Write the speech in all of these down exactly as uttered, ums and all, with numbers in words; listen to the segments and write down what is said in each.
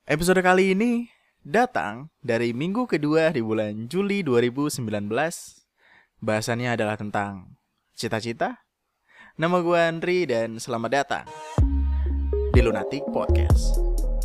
Episode kali ini datang dari minggu kedua di bulan Juli dua ribu sembilan belas. Bahasannya adalah tentang cita-cita. Nama gue Andri dan selamat datang di Lunatic Podcast.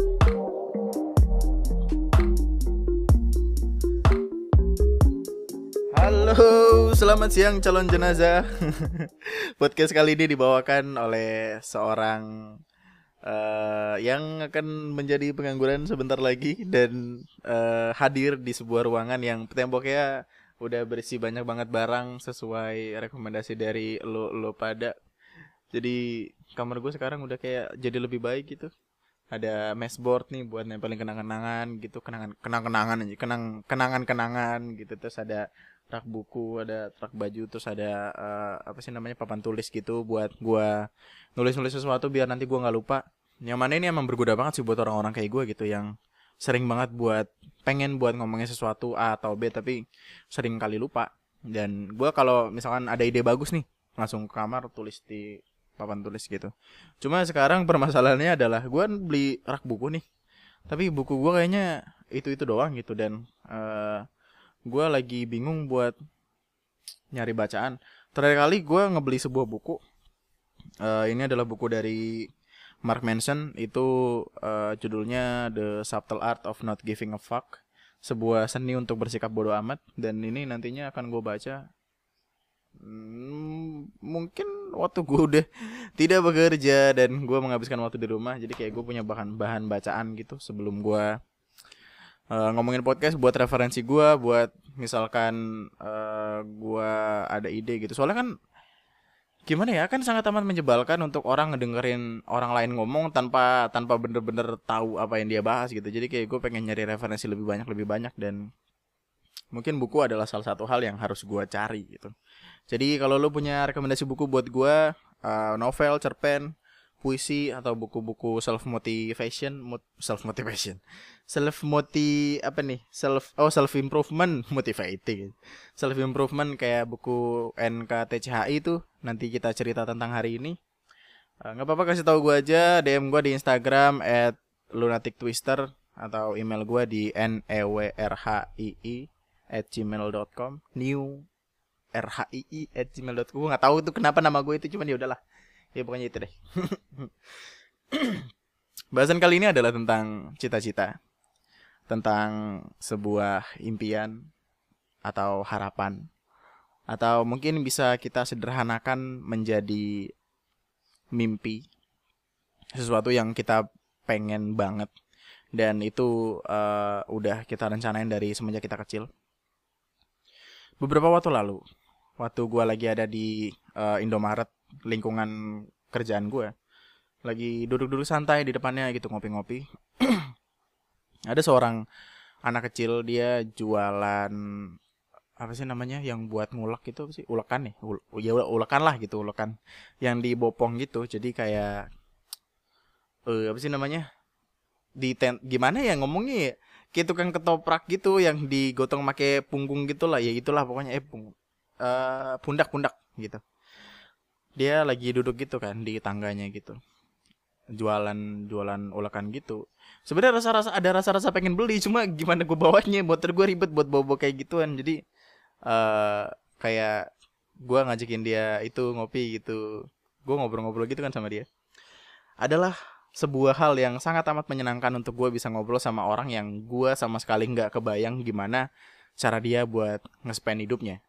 Halo, selamat siang calon jenazah. Podcast kali ini dibawakan oleh seorang uh, yang akan menjadi pengangguran sebentar lagi dan uh, hadir di sebuah ruangan yang temboknya udah berisi banyak banget barang sesuai rekomendasi dari lo lo pada. Jadi kamar gue sekarang udah kayak jadi lebih baik gitu. Ada meshboard nih buat nempelin kenang-kenangan gitu, kenangan kenang-kenangan aja, kenang kenangan-kenangan gitu. Terus ada rak buku, ada rak baju, terus ada uh, apa sih namanya papan tulis gitu buat gua nulis-nulis sesuatu biar nanti gua nggak lupa. Yang mana ini emang berguna banget sih buat orang-orang kayak gua gitu yang sering banget buat pengen buat ngomongin sesuatu A atau B tapi sering kali lupa. Dan gua kalau misalkan ada ide bagus nih langsung ke kamar tulis di papan tulis gitu. Cuma sekarang permasalahannya adalah gue beli rak buku nih, tapi buku gue kayaknya itu-itu doang gitu dan uh, gue lagi bingung buat nyari bacaan. Terakhir kali gue ngebeli sebuah buku, uh, ini adalah buku dari Mark Manson, itu uh, judulnya The Subtle Art of Not Giving a Fuck, sebuah seni untuk bersikap bodoh amat, dan ini nantinya akan gue baca. Hmm, mungkin waktu gue udah tidak bekerja dan gue menghabiskan waktu di rumah, jadi kayak gue punya bahan-bahan bacaan gitu sebelum gue uh, ngomongin podcast buat referensi gue, buat misalkan uh, gue ada ide gitu. Soalnya kan gimana ya, kan sangat amat menyebalkan untuk orang ngedengerin orang lain ngomong tanpa tanpa bener-bener tahu apa yang dia bahas gitu. Jadi kayak gue pengen nyari referensi lebih banyak lebih banyak dan mungkin buku adalah salah satu hal yang harus gue cari gitu. Jadi kalau lo punya rekomendasi buku buat gue, uh, novel, cerpen, puisi atau buku-buku self motivation, self motivation, self moti apa nih, self oh self improvement, motivating, self improvement kayak buku N K T C H I itu, nanti kita cerita tentang hari ini. Uh, Gak apa-apa, kasih tahu gue aja, D M gue di Instagram at lunatic twister atau email gue di newrhii at gmail dot com, new rhii at gmail dot com. Gue nggak tahu tuh kenapa nama gue itu, cuman ya udahlah, ya pokoknya itu deh. Bahasan kali ini adalah tentang cita-cita, tentang sebuah impian atau harapan, atau mungkin bisa kita sederhanakan menjadi mimpi, sesuatu yang kita pengen banget dan itu uh, udah kita rencanain dari semenjak kita kecil. Beberapa waktu lalu, waktu gue lagi ada di uh, Indomaret, lingkungan kerjaan gue, lagi duduk-duduk santai di depannya gitu ngopi-ngopi. Ada seorang anak kecil, dia jualan apa sih namanya yang buat ngulek gitu, apa sih, ulekan nih, Ul- ya ulekan lah gitu, ulekan yang dibopong gitu. Jadi kayak uh, apa sih namanya di ten- gimana ya ngomongnya ya, kayak tukang ketoprak gitu yang digotong pakai punggung gitu lah, ya itulah pokoknya, eh pung uh, pundak-pundak gitu. Dia lagi duduk gitu kan di tangganya gitu, jualan jualan ulekan gitu. Sebenarnya rasa-rasa ada rasa-rasa pengen beli, cuma gimana gue bawanya, motor gue ribet buat bawa-bawa kayak gituan. Jadi uh, kayak gue ngajakin dia itu ngopi gitu, gue ngobrol-ngobrol gitu kan sama dia. Adalah sebuah hal yang sangat amat menyenangkan untuk gue bisa ngobrol sama orang yang gue sama sekali nggak kebayang gimana cara dia buat nge-spend hidupnya.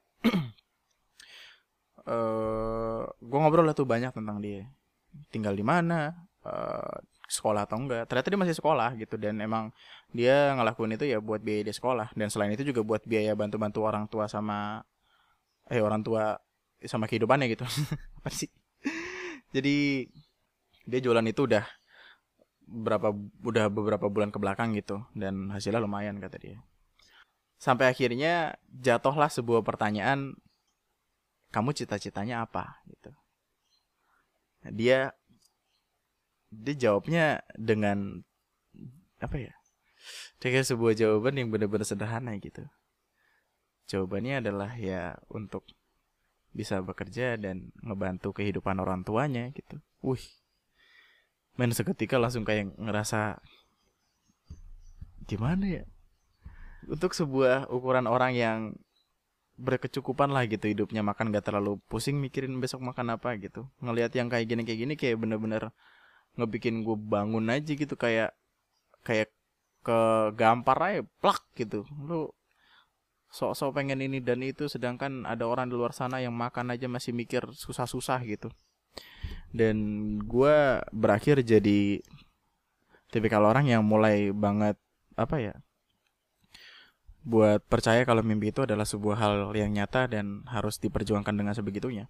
uh, gue ngobrol lah tuh banyak tentang dia, tinggal di mana, uh, sekolah atau enggak. Ternyata dia masih sekolah gitu, dan emang dia ngelakuin itu ya buat biaya dia sekolah, dan selain itu juga buat biaya bantu-bantu orang tua sama eh orang tua sama kehidupannya gitu. Apa sih? Jadi dia jualan itu udah berapa udah beberapa bulan ke belakang gitu, dan hasilnya lumayan kata dia. Sampai akhirnya jatuhlah sebuah pertanyaan, kamu cita-citanya apa gitu. Nah, dia dia jawabnya dengan apa ya, dengan sebuah jawaban yang benar-benar sederhana gitu. Jawabannya adalah ya untuk bisa bekerja dan ngebantu kehidupan orang tuanya gitu. Wih, men seketika langsung kayak ngerasa gimana ya, untuk sebuah ukuran orang yang berkecukupan lah gitu hidupnya, makan gak terlalu pusing mikirin besok makan apa gitu. Ngelihat yang kayak gini kayak gini kayak bener-bener ngebikin gue bangun aja gitu, kayak kayak kegampar aja plak gitu. Lu sok-sok pengen ini dan itu, sedangkan ada orang di luar sana yang makan aja masih mikir susah-susah gitu. Dan gue berakhir jadi tipikal orang yang mulai banget apa ya, buat percaya kalau mimpi itu adalah sebuah hal yang nyata dan harus diperjuangkan dengan sebegitunya.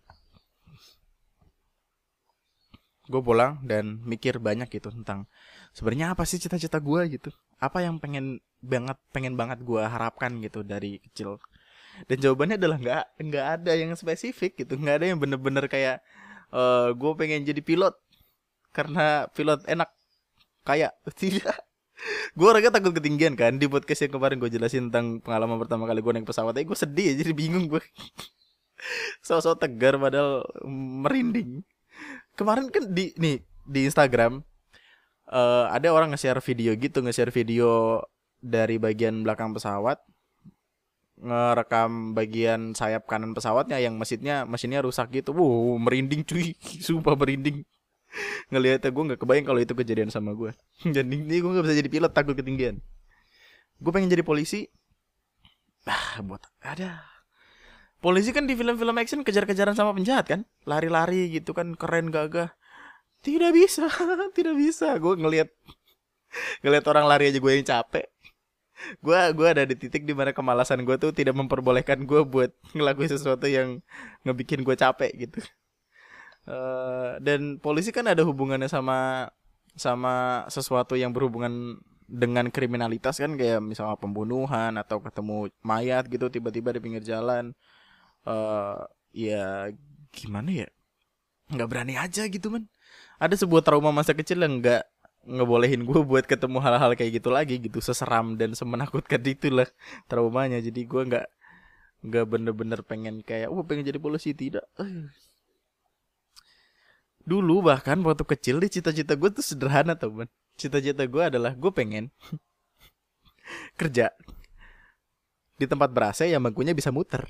Gue pulang dan mikir banyak gitu tentang sebenarnya apa sih cita-cita gue gitu, apa yang pengen banget pengen banget gue harapkan gitu dari kecil. Dan jawabannya adalah nggak nggak ada yang spesifik gitu, nggak ada yang bener-bener kayak uh, gue pengen jadi pilot karena pilot enak kayak tidak. Gue orangnya takut ketinggian kan. Di podcast yang kemarin gue jelasin tentang pengalaman pertama kali gue naik pesawat, eh gue sedih ya, jadi bingung gue. So-so tegar padahal merinding. Kemarin kan di nih di Instagram uh, ada orang nge-share video gitu, nge-share video dari bagian belakang pesawat, ngerekam bagian sayap kanan pesawatnya yang mesinnya mesinnya rusak gitu. Wow, merinding cuy, sumpah merinding. Ngelihatnya gue nggak kebayang kalau itu kejadian sama gue. Dan ini gue nggak bisa jadi pilot, takut ketinggian. Gue pengen jadi polisi. Ah, buat ada. Polisi kan di film-film action kejar-kejaran sama penjahat kan, lari-lari gitu kan, keren gagah. Tidak bisa, tidak bisa. Gue ngelihat ngelihat orang lari aja gue yang capek. Gue gue ada di titik di mana kemalasan gue tuh tidak memperbolehkan gue buat ngelakuin sesuatu yang ngebikin gue capek gitu. Uh, dan polisi kan ada hubungannya sama sama sesuatu yang berhubungan dengan kriminalitas kan, kayak misalnya pembunuhan atau ketemu mayat gitu tiba-tiba di pinggir jalan. Uh, ya gimana ya, nggak berani aja gitu man. Ada sebuah trauma masa kecil yang nggak ngebolehin gue buat ketemu hal-hal kayak gitu lagi gitu, seseram dan semenakutkan itulah traumanya. Jadi gue nggak nggak bener-bener pengen kayak oh pengen jadi polisi, tidak. Dulu bahkan waktu kecil nih cita-cita gue tuh sederhana teman. Cita-cita gue adalah gue pengen kerja di tempat ber-A C yang bangkunya bisa muter.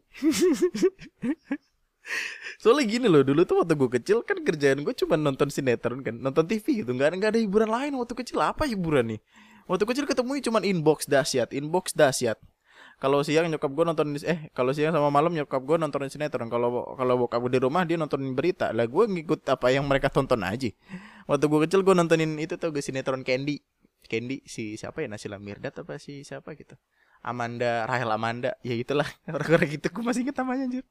Soalnya gini loh, dulu tuh waktu gue kecil kan kerjaan gue cuma nonton sinetron kan, nonton T V gitu, nggak nggak ada hiburan lain waktu kecil. Apa hiburan nih? Waktu kecil ketemunya cuma inbox dahsyat, inbox dahsyat. Kalau siang nyokap gue nonton eh kalau siang sama malam nyokap gue nontonin sinetron. Kalau kalau bokap gue di rumah dia nontonin berita. Lah gue ngikut apa yang mereka tonton aja. Waktu gue kecil gue nontonin itu tuh, gue sinetron Candy. Candy si siapa ya, Naysila Mirdad apa si siapa gitu. Amanda, Rahel Amanda. Ya itulah orang-orang gitu, gue masih inget namanya anjir.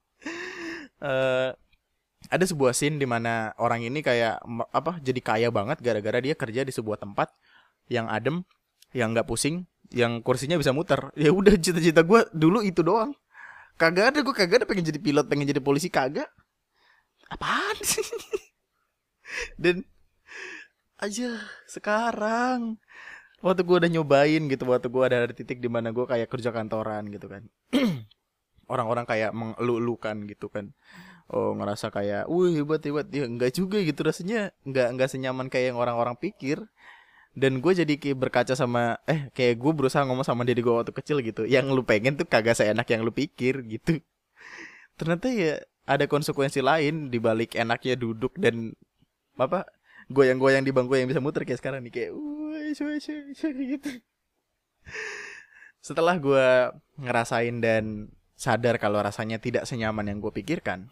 Uh, ada sebuah scene di mana orang ini kayak apa jadi kaya banget gara-gara dia kerja di sebuah tempat yang adem, yang nggak pusing, yang kursinya bisa muter. Ya udah, cita-cita gue dulu itu doang. Kagak ada, gue kagak ada pengen jadi pilot, pengen jadi polisi, kagak. Apaan sih? Dan aja sekarang waktu gue udah nyobain gitu, waktu gue ada di titik dimana gue kayak kerja kantoran gitu kan. Orang-orang kayak mengeluh-elukan gitu kan. Oh ngerasa kayak, wih hebat hebat. Ya enggak juga gitu rasanya, enggak enggak senyaman kayak yang orang-orang pikir. Dan gue jadi kayak berkaca sama eh kayak gue berusaha ngomong sama diri gue waktu kecil gitu, yang lu pengen tuh kagak seenak yang lu pikir gitu. Ternyata ya ada konsekuensi lain dibalik enaknya duduk dan apa goyang-goyang di bangku yang bisa muter kayak sekarang nih, kayak wih cuy cuy gitu. Setelah gue ngerasain dan sadar kalau rasanya tidak senyaman yang gue pikirkan,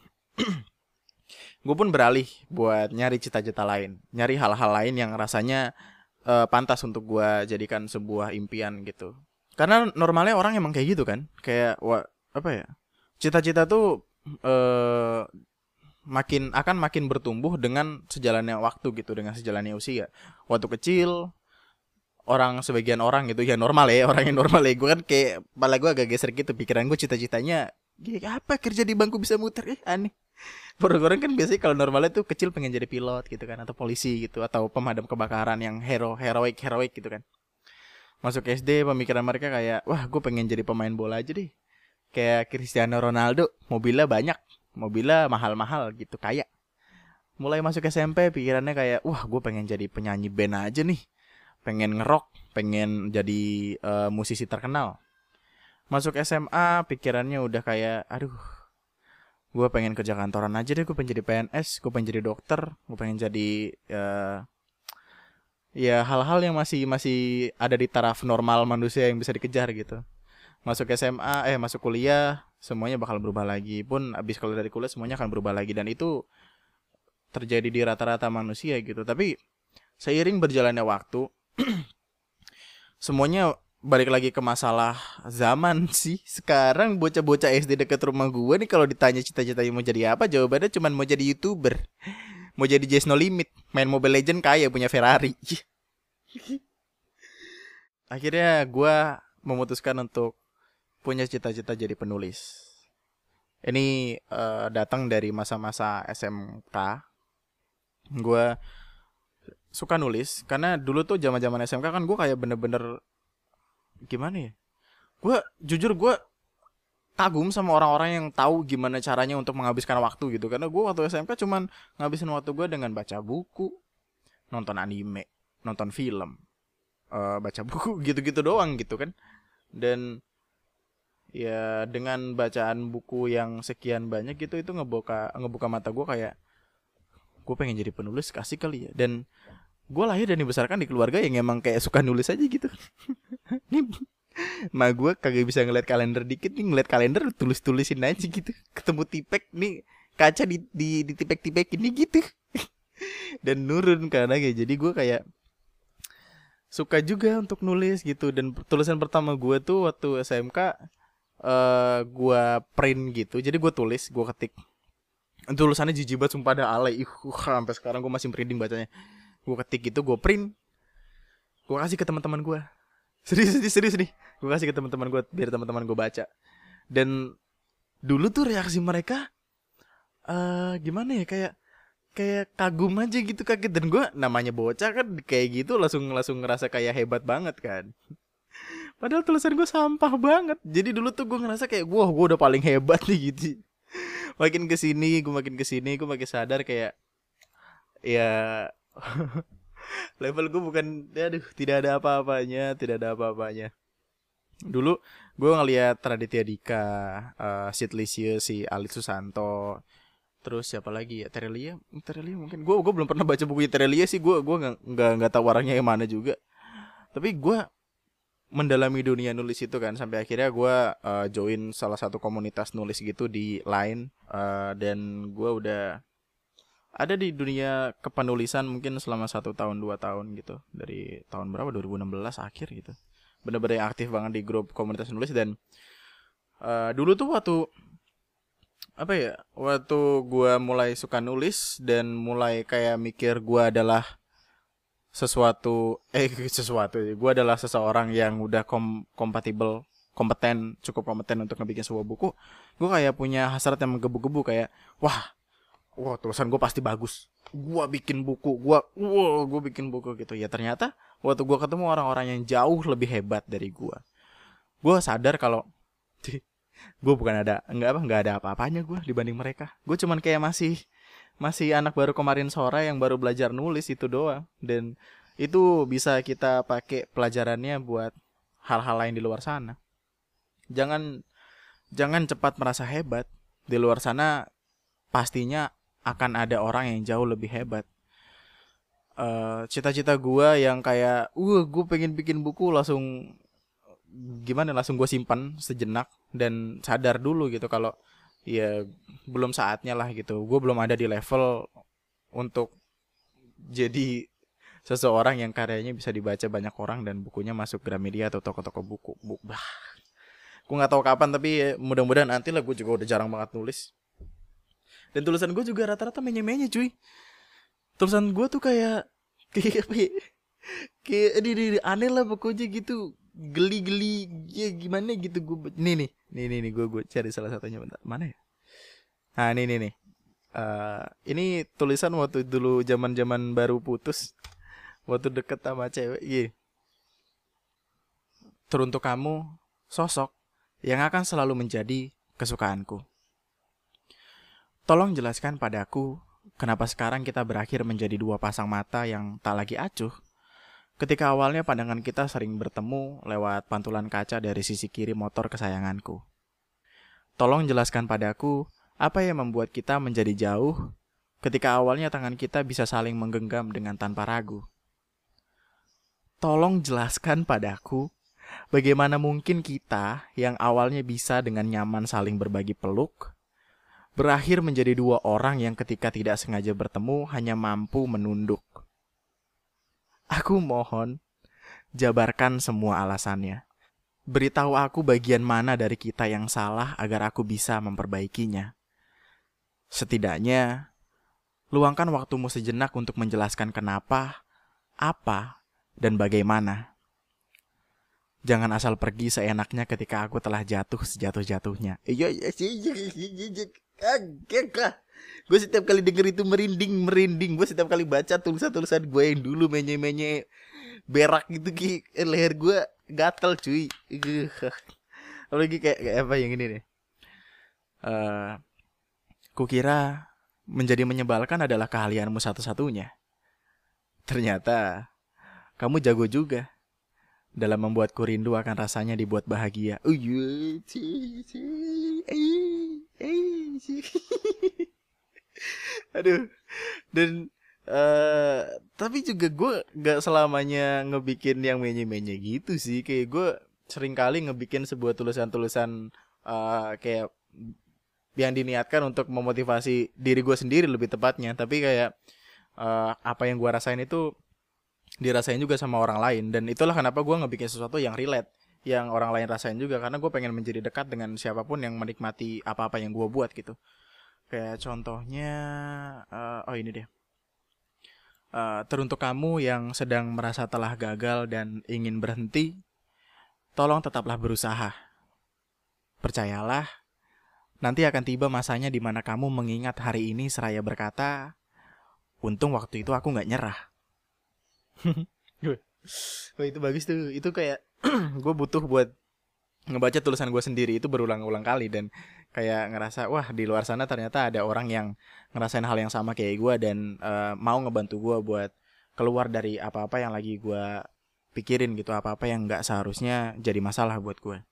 gue pun beralih buat nyari cita-cita lain, nyari hal-hal lain yang rasanya Uh, pantas untuk gue jadikan sebuah impian gitu. Karena normalnya orang emang kayak gitu kan, kayak wah, apa ya, cita-cita tuh uh, makin akan makin bertumbuh dengan sejalannya waktu gitu, dengan sejalannya usia. Waktu kecil orang sebagian orang gitu ya normal ya, orang yang normal ya, gue kan kayak kepala gue agak geser gitu, pikiran gue cita-citanya apa, kerja di bangku bisa muter, eh aneh. Orang-orang kan biasanya kalau normalnya tuh kecil pengen jadi pilot gitu kan, atau polisi gitu, atau pemadam kebakaran yang hero heroik heroik gitu kan. Masuk S D pemikiran mereka kayak wah gue pengen jadi pemain bola aja deh, kayak Cristiano Ronaldo, mobilnya banyak, mobilnya mahal-mahal gitu kayak. Mulai masuk S M P pikirannya kayak wah gue pengen jadi penyanyi band aja nih, pengen ngerok, pengen jadi uh, musisi terkenal. Masuk S M A pikirannya udah kayak, aduh, gue pengen kerja kantoran aja deh, gue pengen jadi P N S, gue pengen jadi dokter, gue pengen jadi uh, ya hal-hal yang masih masih ada di taraf normal manusia yang bisa dikejar gitu. Masuk S M A, eh masuk kuliah, semuanya bakal berubah lagi. Pun abis kalau dari kuliah semuanya akan berubah lagi, dan itu terjadi di rata-rata manusia gitu. Tapi seiring berjalannya waktu, semuanya balik lagi ke masalah zaman sih. Sekarang bocah-bocah S D dekat rumah gue nih kalau ditanya cita-citanya mau jadi apa, jawabannya cuma mau jadi YouTuber, mau jadi Jazz No Limit, main Mobile Legend kaya, punya Ferrari. Akhirnya gue memutuskan untuk punya cita-cita jadi penulis. Ini uh, datang dari masa-masa S M K. Gue suka nulis karena dulu tuh zaman-zaman S M K kan gue kayak bener-bener gimana ya? Gue jujur gue kagum sama orang-orang yang tahu gimana caranya untuk menghabiskan waktu gitu. Karena gue waktu S M K cuman ngabisin waktu gue dengan baca buku, nonton anime, nonton film, uh, baca buku gitu-gitu doang gitu kan. Dan ya dengan bacaan buku yang sekian banyak gitu, itu ngebuka ngebuka mata gue kayak gue pengen jadi penulis, kasih kali ya. Dan gue lahir dan dibesarkan di keluarga yang emang kayak suka nulis aja gitu. Nih ma gue kagak bisa ngeliat kalender dikit nih, ngeliat kalender tulis-tulisin aja gitu. Ketemu tipek nih, kaca di di, di tipek-tipek ini gitu. Dan nurun karena kayak jadi gue kayak suka juga untuk nulis gitu. Dan tulisan pertama gue tuh waktu S M K, Uh, gue print gitu, jadi gue tulis, gue ketik, tulisannya jijik banget, sumpah ada alay, ih, uh, sampai sekarang gue masih merinding bacanya. Gue ketik gitu, gue print, gue kasih ke teman-teman gue, serius serius serius nih, gue kasih ke teman-teman gue biar teman-teman gue baca. Dan dulu tuh reaksi mereka, uh, gimana ya, kayak kayak kagum aja gitu, kaget. Dan gue namanya bocah kan kayak gitu langsung langsung ngerasa kayak hebat banget kan. Padahal tulisan gue sampah banget. Jadi dulu tuh gue ngerasa kayak, wah, gue udah paling hebat nih gitu. Makin kesini, gue makin kesini, gue makin sadar kayak, ya level gue bukan, aduh, tidak ada apa-apanya, tidak ada apa-apanya. Dulu gue ngeliat Raditya Dika, uh, Sid Licious, si Alit Susanto, terus siapa lagi ya, Terelia, Terelia mungkin. Gue gue belum pernah baca bukunya Terelia sih, gue gue nggak nggak nggak tahu orangnya yang mana juga. Tapi gue mendalami dunia nulis itu kan, sampai akhirnya gue uh, join salah satu komunitas nulis gitu di Line, uh, dan gue udah ada di dunia kepenulisan mungkin selama satu tahun dua tahun gitu, dari tahun berapa, dua ribu enam belas akhir gitu, bener-bener yang aktif banget di grup komunitas nulis. Dan uh, dulu tuh waktu apa ya, waktu gue mulai suka nulis dan mulai kayak mikir gue adalah sesuatu eh sesuatu gue adalah seseorang yang udah kom kompatibel kompeten cukup kompeten untuk ngebikin sebuah buku, gue kayak punya hasrat yang menggebu-gebu kayak, wah wah tulisan gue pasti bagus, gue bikin buku, gue wah gue bikin buku gitu. Ya ternyata waktu gue ketemu orang-orang yang jauh lebih hebat dari gue, gue sadar kalau gue bukan ada nggak apa nggak ada apa-apanya gue dibanding mereka. Gue cuman kayak masih masih anak baru kemarin sore yang baru belajar nulis itu doang. Dan itu bisa kita pakai pelajarannya buat hal-hal lain di luar sana. Jangan jangan cepat merasa hebat. Di luar sana pastinya akan ada orang yang jauh lebih hebat. Uh, cita-cita gue yang kayak, uh, gue pengen bikin buku, langsung gimana? Langsung gue simpan sejenak dan sadar dulu gitu kalau ya belum saatnya lah gitu. Gue belum ada di level untuk jadi seseorang yang karyanya bisa dibaca banyak orang dan bukunya masuk Gramedia atau toko-toko buku. Bu- bah. Gue nggak tahu kapan, tapi ya, mudah-mudahan nanti lah. Gue juga udah jarang banget nulis. Dan tulisan gue juga rata-rata menye-menye cuy. Tulisan gue tuh kayak kayak kayak di, di, di aneh lah pokoknya gitu, geli-geli ya gimana gitu. Gue nih nih nih nih nih gue gue cari salah satunya, bentar, mana ya? Nah ini nih nih uh, ini tulisan waktu dulu zaman-zaman baru putus, waktu deket sama cewek. Iya, teruntuk kamu, sosok yang akan selalu menjadi kesukaanku. Tolong jelaskan padaku kenapa sekarang kita berakhir menjadi dua pasang mata yang tak lagi acuh. Ketika awalnya pandangan kita sering bertemu lewat pantulan kaca dari sisi kiri motor kesayanganku. Tolong jelaskan padaku, apa yang membuat kita menjadi jauh ketika awalnya tangan kita bisa saling menggenggam dengan tanpa ragu. Tolong jelaskan padaku, bagaimana mungkin kita yang awalnya bisa dengan nyaman saling berbagi peluk, berakhir menjadi dua orang yang ketika tidak sengaja bertemu hanya mampu menunduk. Aku mohon, jabarkan semua alasannya. Beritahu aku bagian mana dari kita yang salah agar aku bisa memperbaikinya. Setidaknya, luangkan waktumu sejenak untuk menjelaskan kenapa, apa, dan bagaimana. Jangan asal pergi seenaknya ketika aku telah jatuh sejatuh-jatuhnya. Iya, iya, iya, gue setiap kali denger itu merinding, merinding. Gue setiap kali baca tulisan-tulisan gue yang dulu menye-menye berak gitu, ki leher gue gatel cuy. Apalagi kayak, kayak apa yang ini nih. Uh, kukira menjadi menyebalkan adalah keahlianmu satu-satunya. Ternyata kamu jago juga dalam membuatku rindu akan rasanya dibuat bahagia. Oh iya, aduh. Dan uh, tapi juga gue gak selamanya ngebikin yang menye-menye gitu sih. Kayak gue sering kali ngebikin sebuah tulisan-tulisan uh, kayak yang diniatkan untuk memotivasi diri gue sendiri lebih tepatnya. Tapi kayak uh, apa yang gue rasain itu dirasain juga sama orang lain. Dan itulah kenapa gue ngebikin sesuatu yang relate, yang orang lain rasain juga. Karena gue pengen menjadi dekat dengan siapapun yang menikmati apa-apa yang gue buat gitu. Kayak contohnya uh, oh ini deh uh, teruntuk kamu yang sedang merasa telah gagal dan ingin berhenti, tolong tetaplah berusaha. Percayalah, nanti akan tiba masanya di mana kamu mengingat hari ini seraya berkata, untung waktu itu aku gak nyerah. Wah, itu bagus tuh. Itu kayak gue butuh buat ngebaca tulisan gue sendiri itu berulang-ulang kali. Dan kayak ngerasa, wah di luar sana ternyata ada orang yang ngerasain hal yang sama kayak gue. Dan uh, mau ngebantu gue buat keluar dari apa-apa yang lagi gue pikirin gitu. Apa-apa yang gak seharusnya jadi masalah buat gue.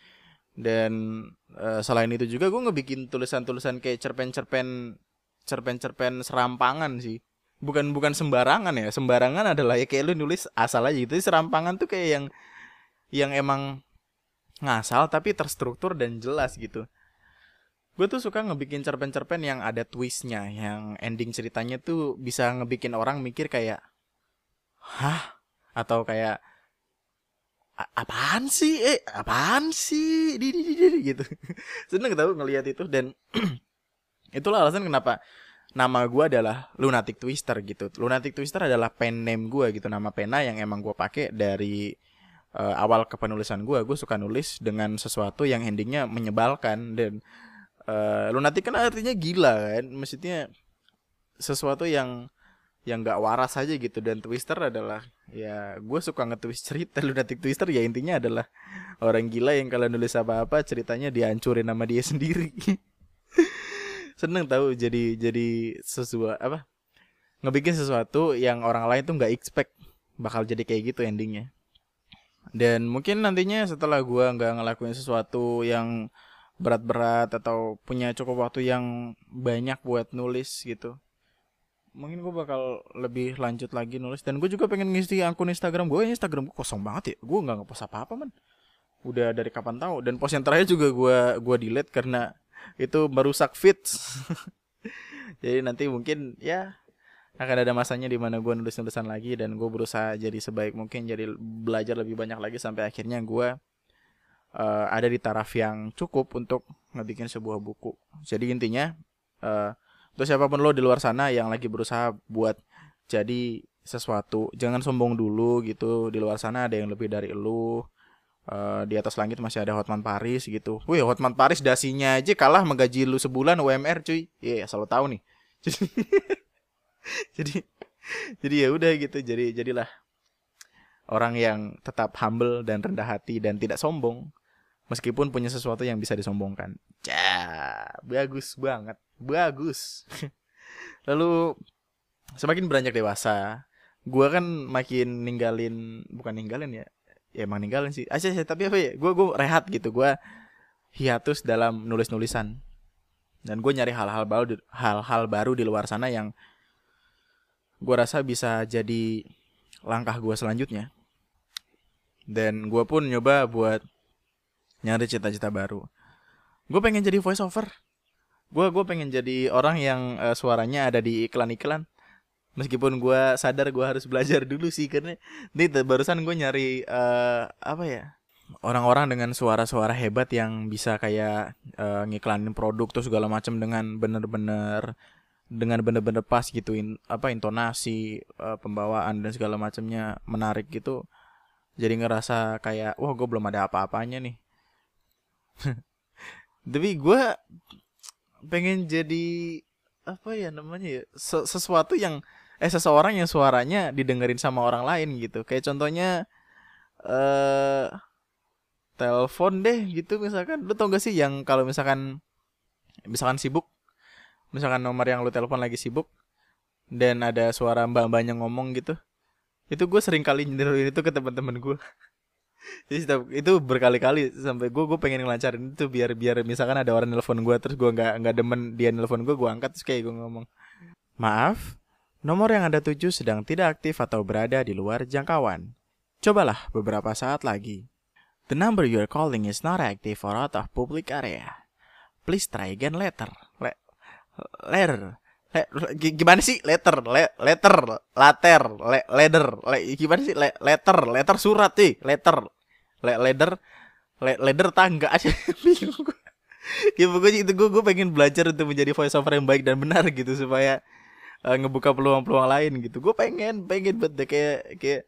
Dan uh, selain itu juga gue ngebikin tulisan-tulisan kayak cerpen-cerpen cerpen-cerpen serampangan sih. Bukan bukan sembarangan ya. Sembarangan adalah ya kayak lu nulis asal aja gitu. Serampangan tuh kayak yang yang emang ngasal tapi terstruktur dan jelas gitu. Gue tuh suka ngebikin cerpen-cerpen yang ada twistnya, yang ending ceritanya tuh bisa ngebikin orang mikir kayak, hah? Atau kayak, apaan sih? Eh, apaan sih? Di, di, di, di, gitu. Seneng tau ngelihat itu. Dan itulah alasan kenapa nama gue adalah Lunatic Twister gitu. Lunatic Twister adalah pen name gue gitu. Nama pena yang emang gue pakai dari uh, awal kepenulisan gue. Gue suka nulis dengan sesuatu yang endingnya menyebalkan. Dan uh, lunatic kan artinya gila kan. Maksudnya sesuatu yang yang gak waras aja gitu. Dan Twister adalah, ya gue suka nge-twist cerita. Lunatic Twister ya intinya adalah orang gila yang kalau nulis apa-apa ceritanya dihancurin sama dia sendiri. Seneng tahu jadi jadi sesuatu apa ngebikin sesuatu yang orang lain tuh nggak expect bakal jadi kayak gitu endingnya. Dan mungkin nantinya setelah gue nggak ngelakuin sesuatu yang berat-berat atau punya cukup waktu yang banyak buat nulis gitu, mungkin gue bakal lebih lanjut lagi nulis. Dan gue juga pengen ngisi akun Instagram gue. Instagram gue kosong banget ya, gue nggak ngepost apa-apa man. Udah dari kapan tahu. Dan post yang terakhir juga gue gue delete karena itu merusak feeds. Jadi nanti mungkin ya akan ada masanya di mana gue nulis-nulisan lagi. Dan gue berusaha jadi sebaik mungkin, jadi belajar lebih banyak lagi sampai akhirnya gue uh, ada di taraf yang cukup untuk ngebikin sebuah buku. Jadi intinya uh, untuk siapapun lo di luar sana yang lagi berusaha buat jadi sesuatu, jangan sombong dulu gitu. Di luar sana ada yang lebih dari lo. Uh, di atas langit masih ada Hotman Paris gitu. Wih, Hotman Paris dasinya aja kalah menggaji lu sebulan U M R cuy. Iya, yeah, selalu tahu nih. Jadi jadi jadi ya udah gitu. Jadi jadilah orang yang tetap humble dan rendah hati dan tidak sombong meskipun punya sesuatu yang bisa disombongkan. Cah, bagus banget. Bagus. Lalu semakin beranjak dewasa gue kan makin ninggalin, bukan ninggalin ya, ya emang ninggalin sih. Aja sih, tapi apa ya? Gue gue rehat gitu. Gue hiatus dalam nulis-nulisan. Dan gue nyari hal-hal baru, hal-hal baru di luar sana yang gue rasa bisa jadi langkah gue selanjutnya. Dan gue pun nyoba buat nyari cita-cita baru. Gue pengen jadi voice over. Gue gue pengen jadi orang yang uh, suaranya ada di iklan-iklan. Meskipun gue sadar gue harus belajar dulu sih, karena ini barusan gue nyari uh, apa ya, orang-orang dengan suara-suara hebat yang bisa kayak uh, ngiklanin produk tuh segala macam dengan bener-bener dengan bener-bener pas gitu, in, apa intonasi, uh, pembawaan dan segala macamnya menarik gitu. Jadi ngerasa kayak wah gue belum ada apa-apanya nih. Tapi gue pengen jadi apa ya namanya ya, sesuatu yang eh seseorang yang suaranya didengerin sama orang lain gitu. Kayak contohnya eh telepon deh gitu misalkan. Lu tau gak sih yang kalau misalkan misalkan sibuk, misalkan nomor yang lu telepon lagi sibuk dan ada suara mbak-mbaknya ngomong gitu. Itu gue sering kali nyindirin itu ke teman-teman gue. Jadi itu berkali-kali sampai gue gue pengen ngelancarin itu biar biar misalkan ada orang nelpon gue terus gue nggak nggak demen dia nelpon gue, gue angkat terus kayak gue ngomong, maaf, nomor yang Anda tuju sedang tidak aktif atau berada di luar jangkauan. Cobalah beberapa saat lagi. The number you are calling is not active or out of public area. Please try again later. Le- later. Le- gimana sih letter, le- letter, later, le- letter, le- gimana sih le- letter, letter surat sih, letter, le- letter, le- letter tangga aja. Bingung gue. Ya pokoknya itu gue gue pengen belajar untuk menjadi voice over yang baik dan benar gitu supaya uh, ngebuka peluang-peluang lain gitu. Gue pengen pengen buat deh kayak kayak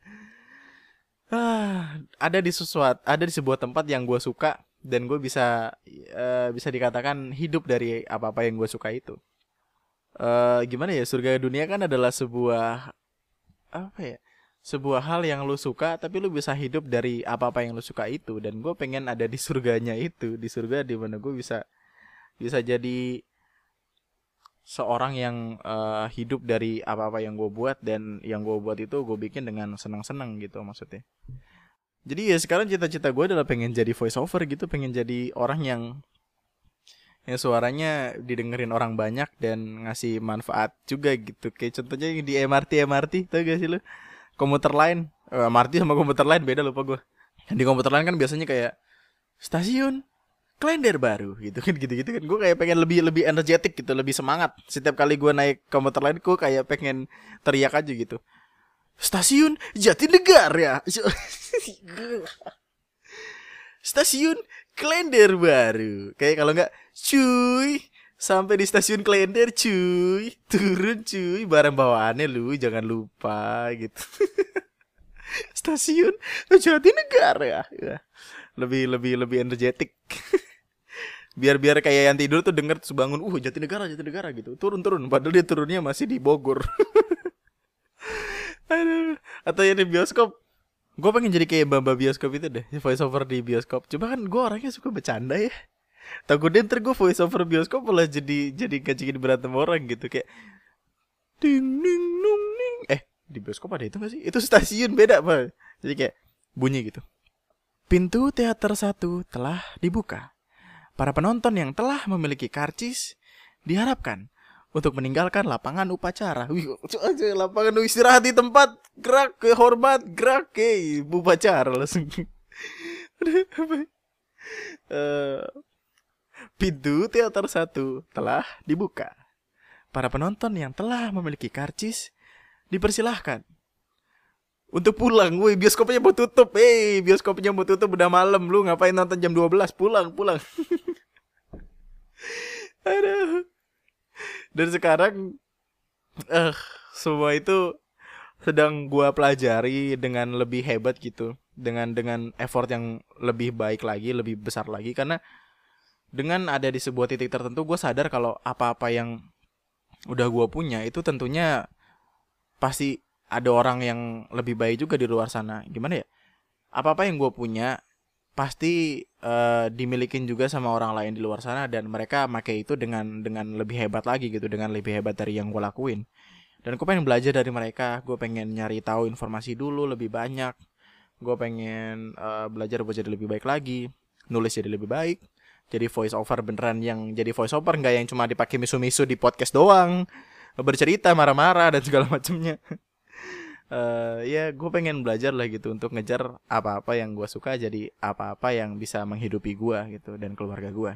ah, ada di sesuatu, ada di sebuah tempat yang gue suka dan gue bisa uh, bisa dikatakan hidup dari apa-apa yang gue suka itu. Uh, gimana ya, surga dunia kan adalah sebuah apa ya, sebuah hal yang lu suka tapi lu bisa hidup dari apa-apa yang lu suka itu. Dan gue pengen ada di surganya itu, di surga di mana gue bisa bisa jadi seorang yang uh, hidup dari apa-apa yang gue buat, dan yang gue buat itu gue bikin dengan senang-senang gitu maksudnya. Jadi ya sekarang cita-cita gue adalah pengen jadi voice over gitu, pengen jadi orang yang yang suaranya didengerin orang banyak dan ngasih manfaat juga gitu. Kayak contohnya di M R T M R T tau gak sih lu? Komuter lain, uh, M R T sama komuter lain beda lupa gue. Di komuter lain kan biasanya kayak stasiun Klender baru gitu kan, gitu-gitu kan. Gue kayak pengen lebih lebih energetik gitu, lebih semangat. Setiap kali gue naik komuter lain gue kayak pengen teriak aja gitu. Stasiun Jatinegara. Stasiun Klender baru. Kayak kalau enggak cuy, sampai di stasiun Klender cuy, turun cuy, barang bawaannya lu jangan lupa gitu. Stasiun Jatinegara ya. Lebih lebih lebih energetik. biar biar kayak yang tidur tuh denger terus bangun, uh Jatinegara Jatinegara gitu, turun turun padahal dia turunnya masih di Bogor. Aduh. Atau yang di bioskop, gue pengen jadi kayak mbak-mbak bioskop itu deh, voice over di bioskop. Coba kan gue orangnya suka bercanda ya, takutnya ntar gue voice over bioskop malah jadi jadi ngajakin berantem orang gitu, kayak ding ding ding ding. Eh di bioskop ada itu gak sih? Itu stasiun beda pak. Jadi kayak bunyi gitu, pintu teater satu telah dibuka. Para penonton yang telah memiliki karcis diharapkan untuk meninggalkan lapangan upacara. Wih, aja lapangan istirahat di tempat, gerak ke hormat, gerak ke upacara langsung. uh, pintu teater satu telah dibuka. Para penonton yang telah memiliki karcis dipersilahkan untuk pulang. Woi, bioskopnya mau tutup. Eh, hey, bioskopnya mau tutup udah malam. Lu ngapain nonton jam dua belas? Pulang, pulang. Aduh. Dan sekarang eh uh, semua itu sedang gua pelajari dengan lebih hebat gitu. Dengan dengan effort yang lebih baik lagi, lebih besar lagi, karena dengan ada di sebuah titik tertentu gue sadar kalau apa-apa yang udah gua punya itu tentunya pasti ada orang yang lebih baik juga di luar sana. Gimana ya? Apa-apa yang gue punya pasti uh, dimilikin juga sama orang lain di luar sana, dan mereka pakai itu dengan dengan lebih hebat lagi gitu, dengan lebih hebat dari yang gue lakuin. Dan gue pengen belajar dari mereka. Gue pengen nyari tahu informasi dulu lebih banyak. Gue pengen uh, belajar buat jadi lebih baik lagi, nulis jadi lebih baik, jadi voice over beneran yang jadi voice over, nggak yang cuma dipakai misu-misu di podcast doang, bercerita marah-marah dan segala macamnya. uh, ya gue pengen belajar lah gitu untuk ngejar apa-apa yang gue suka, jadi apa-apa yang bisa menghidupi gue gitu dan keluarga gue.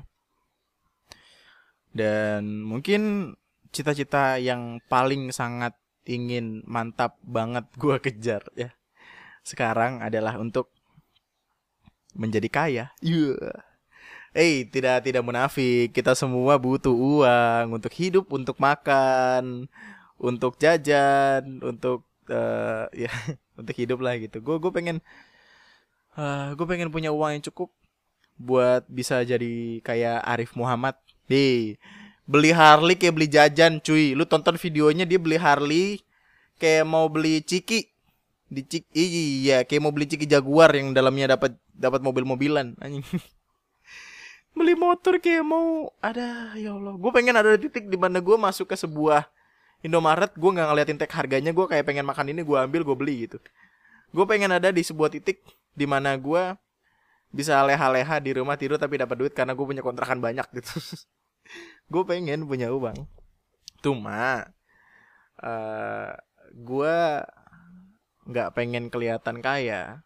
Dan mungkin cita-cita yang paling sangat ingin mantap banget gue kejar ya sekarang adalah untuk menjadi kaya. Iya. Yeah. Eh, tidak tidak munafik. Kita semua butuh uang untuk hidup, untuk makan, untuk jajan, untuk uh, ya untuk hidup lah gitu. Gue gue pengen uh, gue pengen punya uang yang cukup buat bisa jadi kayak Arif Muhammad. Deh, beli Harley kayak beli jajan, cuy. Lu tonton videonya dia beli Harley kayak mau beli ciki. Di cik iya kayak mau beli ciki Jaguar yang dalamnya dapat dapat mobil-mobilan anjing. Beli motor kayak mau ada, ya Allah. Gue pengen ada titik di mana gue masuk ke sebuah Indomaret, gue nggak ngeliatin tag harganya, gue kayak pengen makan ini, gue ambil, gue beli gitu. Gue pengen ada di sebuah titik di mana gue bisa leha-leha di rumah tidur tapi dapat duit karena gue punya kontrakan banyak gitu. Gue pengen punya uang. Cuma uh, gue nggak pengen kelihatan kaya.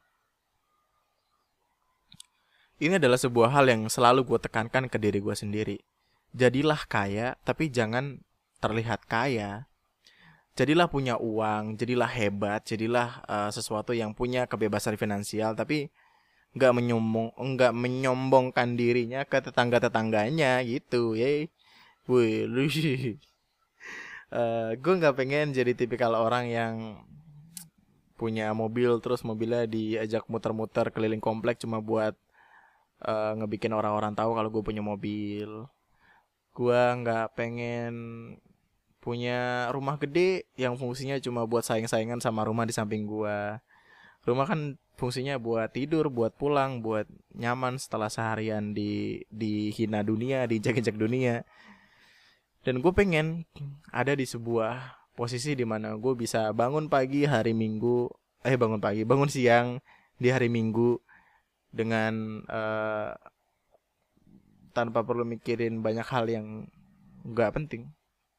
Ini adalah sebuah hal yang selalu gue tekankan ke diri gue sendiri. Jadilah kaya, tapi jangan terlihat kaya. Jadilah punya uang, jadilah hebat, jadilah uh, sesuatu yang punya kebebasan finansial, tapi nggak menyombong, nggak menyombongkan dirinya ke tetangga-tetangganya gitu, ya. Wih, lu sih. Uh, gue nggak pengen jadi tipikal orang yang punya mobil terus mobilnya diajak muter-muter keliling komplek cuma buat uh, ngebikin orang-orang tahu kalau gue punya mobil. Gue nggak pengen punya rumah gede yang fungsinya cuma buat saing-saingan sama rumah di samping gue. Rumah kan fungsinya buat tidur, buat pulang, buat nyaman setelah seharian di dihina dunia, dijak-jak dunia. Dan gue pengen ada di sebuah posisi di mana gue bisa bangun pagi hari Minggu, eh bangun pagi, bangun siang di hari Minggu dengan uh, tanpa perlu mikirin banyak hal yang nggak penting.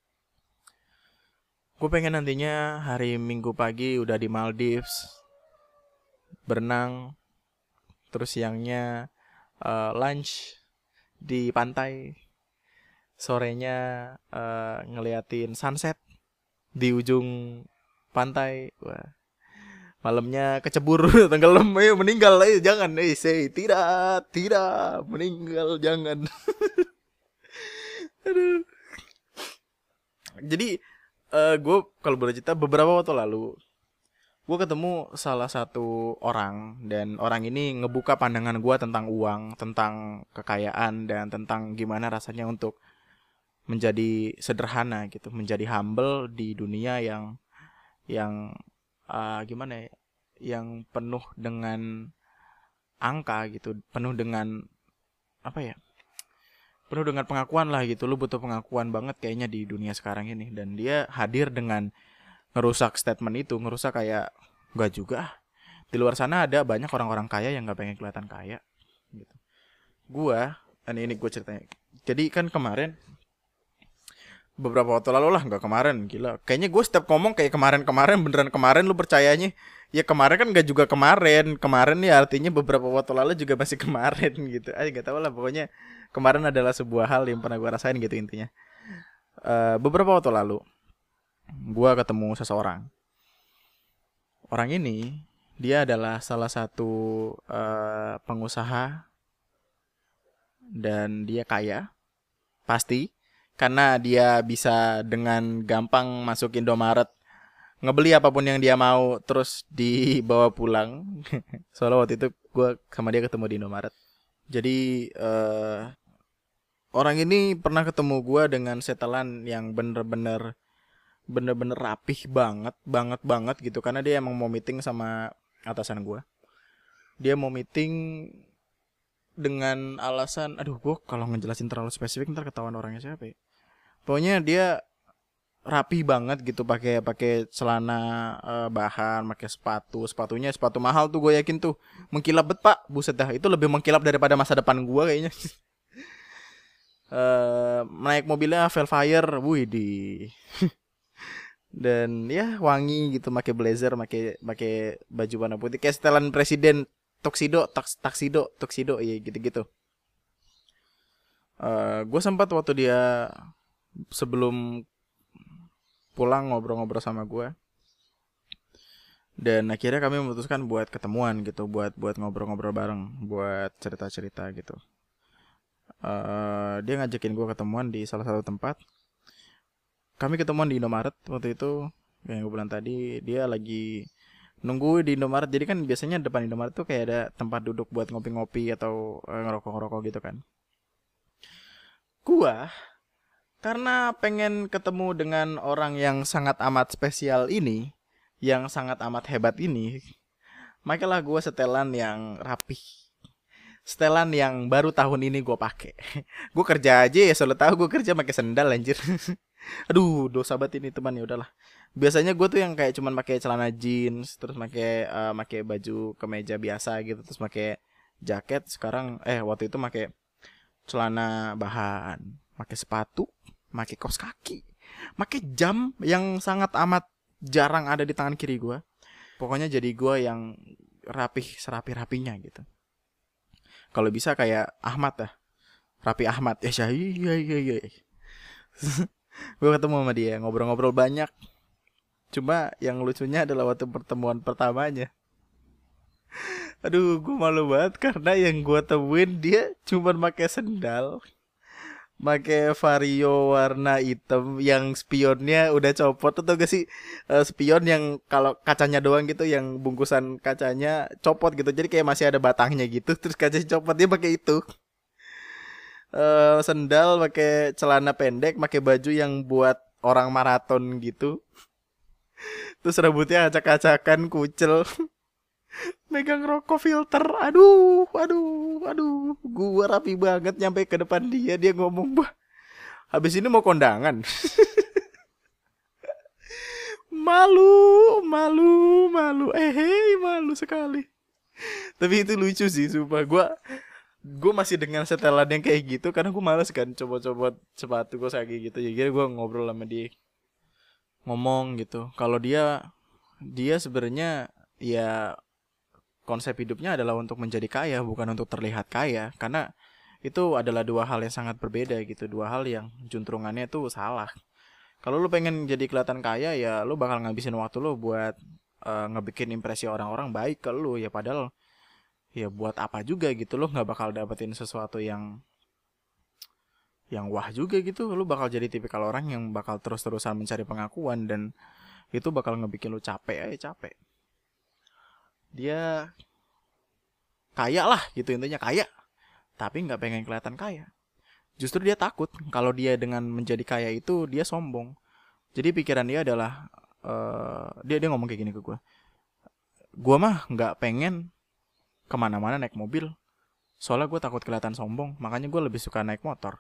Gue pengen nantinya hari Minggu pagi udah di Maldives berenang, terus siangnya uh, lunch di pantai, sorenya uh, ngeliatin sunset di ujung pantai. Wah. Malamnya kecebur tenggelam, ayo meninggal, ayo jangan, eh say tidak, tidak meninggal, jangan. Aduh. Jadi uh, gue kalau boleh cerita beberapa waktu lalu gue ketemu salah satu orang dan orang ini ngebuka pandangan gue tentang uang, tentang kekayaan dan tentang gimana rasanya untuk menjadi sederhana gitu, menjadi humble di dunia yang yang uh, gimana ya, yang penuh dengan angka gitu, penuh dengan apa ya, penuh dengan pengakuan lah gitu. Lu butuh pengakuan banget kayaknya di dunia sekarang ini. Dan dia hadir dengan ngerusak statement itu, ngerusak kayak enggak juga. Di luar sana ada banyak orang-orang kaya yang nggak pengen kelihatan kaya gitu. Gua, ini ini gue ceritanya. Jadi kan kemarin beberapa waktu lalu lah, nggak kemarin, gila. Kayaknya gue setiap ngomong kayak kemarin-kemarin, beneran kemarin lu percayanya. Ya kemarin kan nggak juga kemarin. Kemarin ya artinya beberapa waktu lalu juga masih kemarin gitu. Ah nggak tahu lah, pokoknya kemarin adalah sebuah hal yang pernah gue rasain gitu intinya. Uh, beberapa waktu lalu gue ketemu seseorang. Orang ini dia adalah salah satu uh, pengusaha dan dia kaya, pasti. Karena dia bisa dengan gampang masuk Indomaret, ngebeli apapun yang dia mau, terus dibawa pulang. Soalnya waktu itu gue sama dia ketemu di Indomaret. Jadi uh, orang ini pernah ketemu gue dengan setelan yang bener-bener bener-bener rapih banget, banget banget gitu. Karena dia emang mau meeting sama atasan gue. Dia mau meeting dengan alasan, aduh gue kalau ngejelasin terlalu spesifik ntar ketahuan orangnya siapa ya. Pokoknya dia rapi banget gitu, pakai pakai celana eh, bahan, pakai sepatu, sepatunya sepatu mahal tuh, gue yakin tuh mengkilap bet pak, buset dah, itu lebih mengkilap daripada masa depan gue kayaknya. eh naik mobilnya Velfire, wih di dan ya wangi gitu, pakai blazer, pakai pakai baju warna putih kayak setelan presiden, tuxedo taks, taksido tuxedo iya gitu-gitu. Eh gue sempat waktu dia sebelum pulang ngobrol-ngobrol sama gue, dan akhirnya kami memutuskan buat ketemuan gitu, buat buat ngobrol-ngobrol bareng, buat cerita-cerita gitu. Eh dia ngajakin gue ketemuan di salah satu tempat. Kami ketemuan di Indomaret waktu itu, yang gue bilang tadi. Dia lagi nunggu di Indomaret, jadi kan biasanya depan Indomaret tuh kayak ada tempat duduk buat ngopi-ngopi atau eh, ngerokok-ngerokok gitu kan. Gua karena pengen ketemu dengan orang yang sangat amat spesial ini, yang sangat amat hebat ini, makanya gue setelan yang rapi, setelan yang baru tahun ini gue pakai. Gue kerja aja ya, selalu tahu gue kerja pakai sendal anjir. Aduh, dosa banget ini teman, ya udahlah. Biasanya gue tuh yang kayak cuman pakai celana jeans, terus pakai uh, pakai baju kemeja biasa gitu, terus pakai jaket. Sekarang eh waktu itu pakai celana bahan, pakai sepatu, pakai kaos kaki, pakai jam yang sangat amat jarang ada di tangan kiri gue. Pokoknya jadi gue yang rapih serapi-rapinya gitu. Kalau bisa kayak Ahmad dah, Rapi Ahmad ya, iya iya iya. Gue ketemu sama dia, ngobrol-ngobrol banyak. Cuma yang lucunya adalah waktu pertemuan pertamanya. Aduh, gue malu banget karena yang gue temuin dia cuma pakai sendal, pakai vario warna hitam yang spionnya udah copot. Atau gak sih uh, spion yang kalau kacanya doang gitu, yang bungkusan kacanya copot gitu, jadi kayak masih ada batangnya gitu, terus kacanya copot. Dia pakai itu. Uh, sendal, pakai celana pendek, pakai baju yang buat orang maraton gitu. Terus rambutnya acak-acakan, kucel. Megang rokok filter. Aduh, aduh, aduh. Gua rapi banget nyampe ke depan dia, dia ngomong, "Bah, habis ini mau kondangan." Malu, malu, malu. Eh, hey, malu sekali. Tapi itu lucu sih, sumpah. Gua gue masih dengan setelan yang kayak gitu karena gue males kan coba-coba sepatu gue kayak gitu. Jadi gue ngobrol sama dia, ngomong gitu kalau dia dia sebenarnya ya konsep hidupnya adalah untuk menjadi kaya, bukan untuk terlihat kaya. Karena itu adalah dua hal yang sangat berbeda gitu, dua hal yang juntrungannya tuh salah. Kalau lu pengen jadi kelihatan kaya, ya lu bakal ngabisin waktu lu buat uh, ngebikin impresi orang-orang baik ke lu, ya padahal ya buat apa juga gitu, lo nggak bakal dapetin sesuatu yang yang wah juga gitu. Lo bakal jadi tipikal orang yang bakal terus-terusan mencari pengakuan, dan itu bakal ngebikin lo capek aja, capek. Dia kaya lah gitu, intinya kaya, tapi nggak pengen kelihatan kaya. Justru dia takut kalau dia dengan menjadi kaya itu dia sombong. Jadi pikiran dia adalah uh, dia dia ngomong kayak gini ke gue, gue mah nggak pengen kemana-mana naik mobil, soalnya gue takut kelihatan sombong, makanya gue lebih suka naik motor.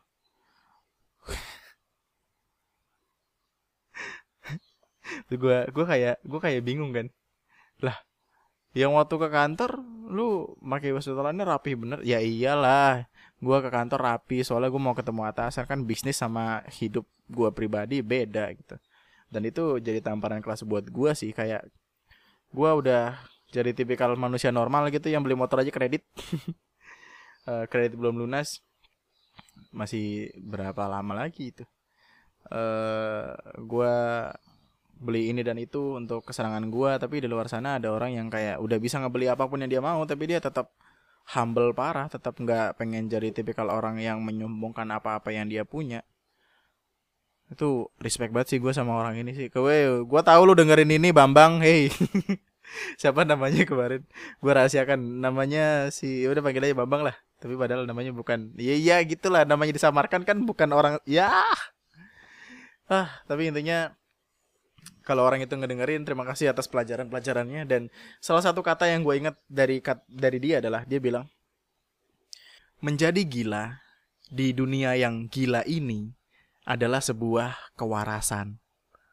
gue gue kayak gue kayak bingung kan, lah yang waktu ke kantor lu pakai baju setelannya rapi bener. Ya iyalah, gue ke kantor rapi soalnya gue mau ketemu atasan, kan bisnis sama hidup gue pribadi beda gitu. Dan itu jadi tamparan kelas buat gue sih, kayak gue udah jadi tipikal manusia normal gitu yang beli motor aja kredit. uh, kredit belum lunas, masih berapa lama lagi itu. Uh, gue beli ini dan itu untuk kesenangan gue, tapi di luar sana ada orang yang kayak udah bisa ngebeli apapun yang dia mau, tapi dia tetap humble parah, tetap nggak pengen jadi tipikal orang yang menyombongkan apa-apa yang dia punya. Itu respect banget sih gue sama orang ini sih. Kowe, gue tahu lu dengerin ini Bambang, hey. Siapa namanya kemarin? Gue rahasiakan namanya, si udah panggil aja Bambang lah. Tapi padahal namanya bukan. Iya iya gitulah, namanya disamarkan kan bukan orang. Ya. Ah, tapi intinya kalau orang itu ngedengerin, terima kasih atas pelajaran-pelajarannya. Dan salah satu kata yang gue ingat dari dari dia adalah dia bilang, menjadi gila di dunia yang gila ini adalah sebuah kewarasan.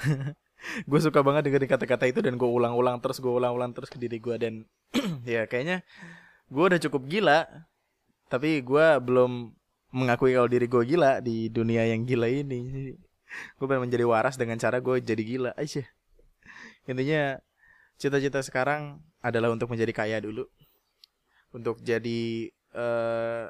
Gue suka banget dengan kata-kata itu dan gue ulang-ulang terus, gue ulang-ulang terus ke diri gue. Dan ya kayaknya gue udah cukup gila, tapi gue belum mengakui kalau diri gue gila di dunia yang gila ini. Gue pengen menjadi waras dengan cara gue jadi gila aja. Intinya cita-cita sekarang adalah untuk menjadi kaya dulu, untuk jadi uh,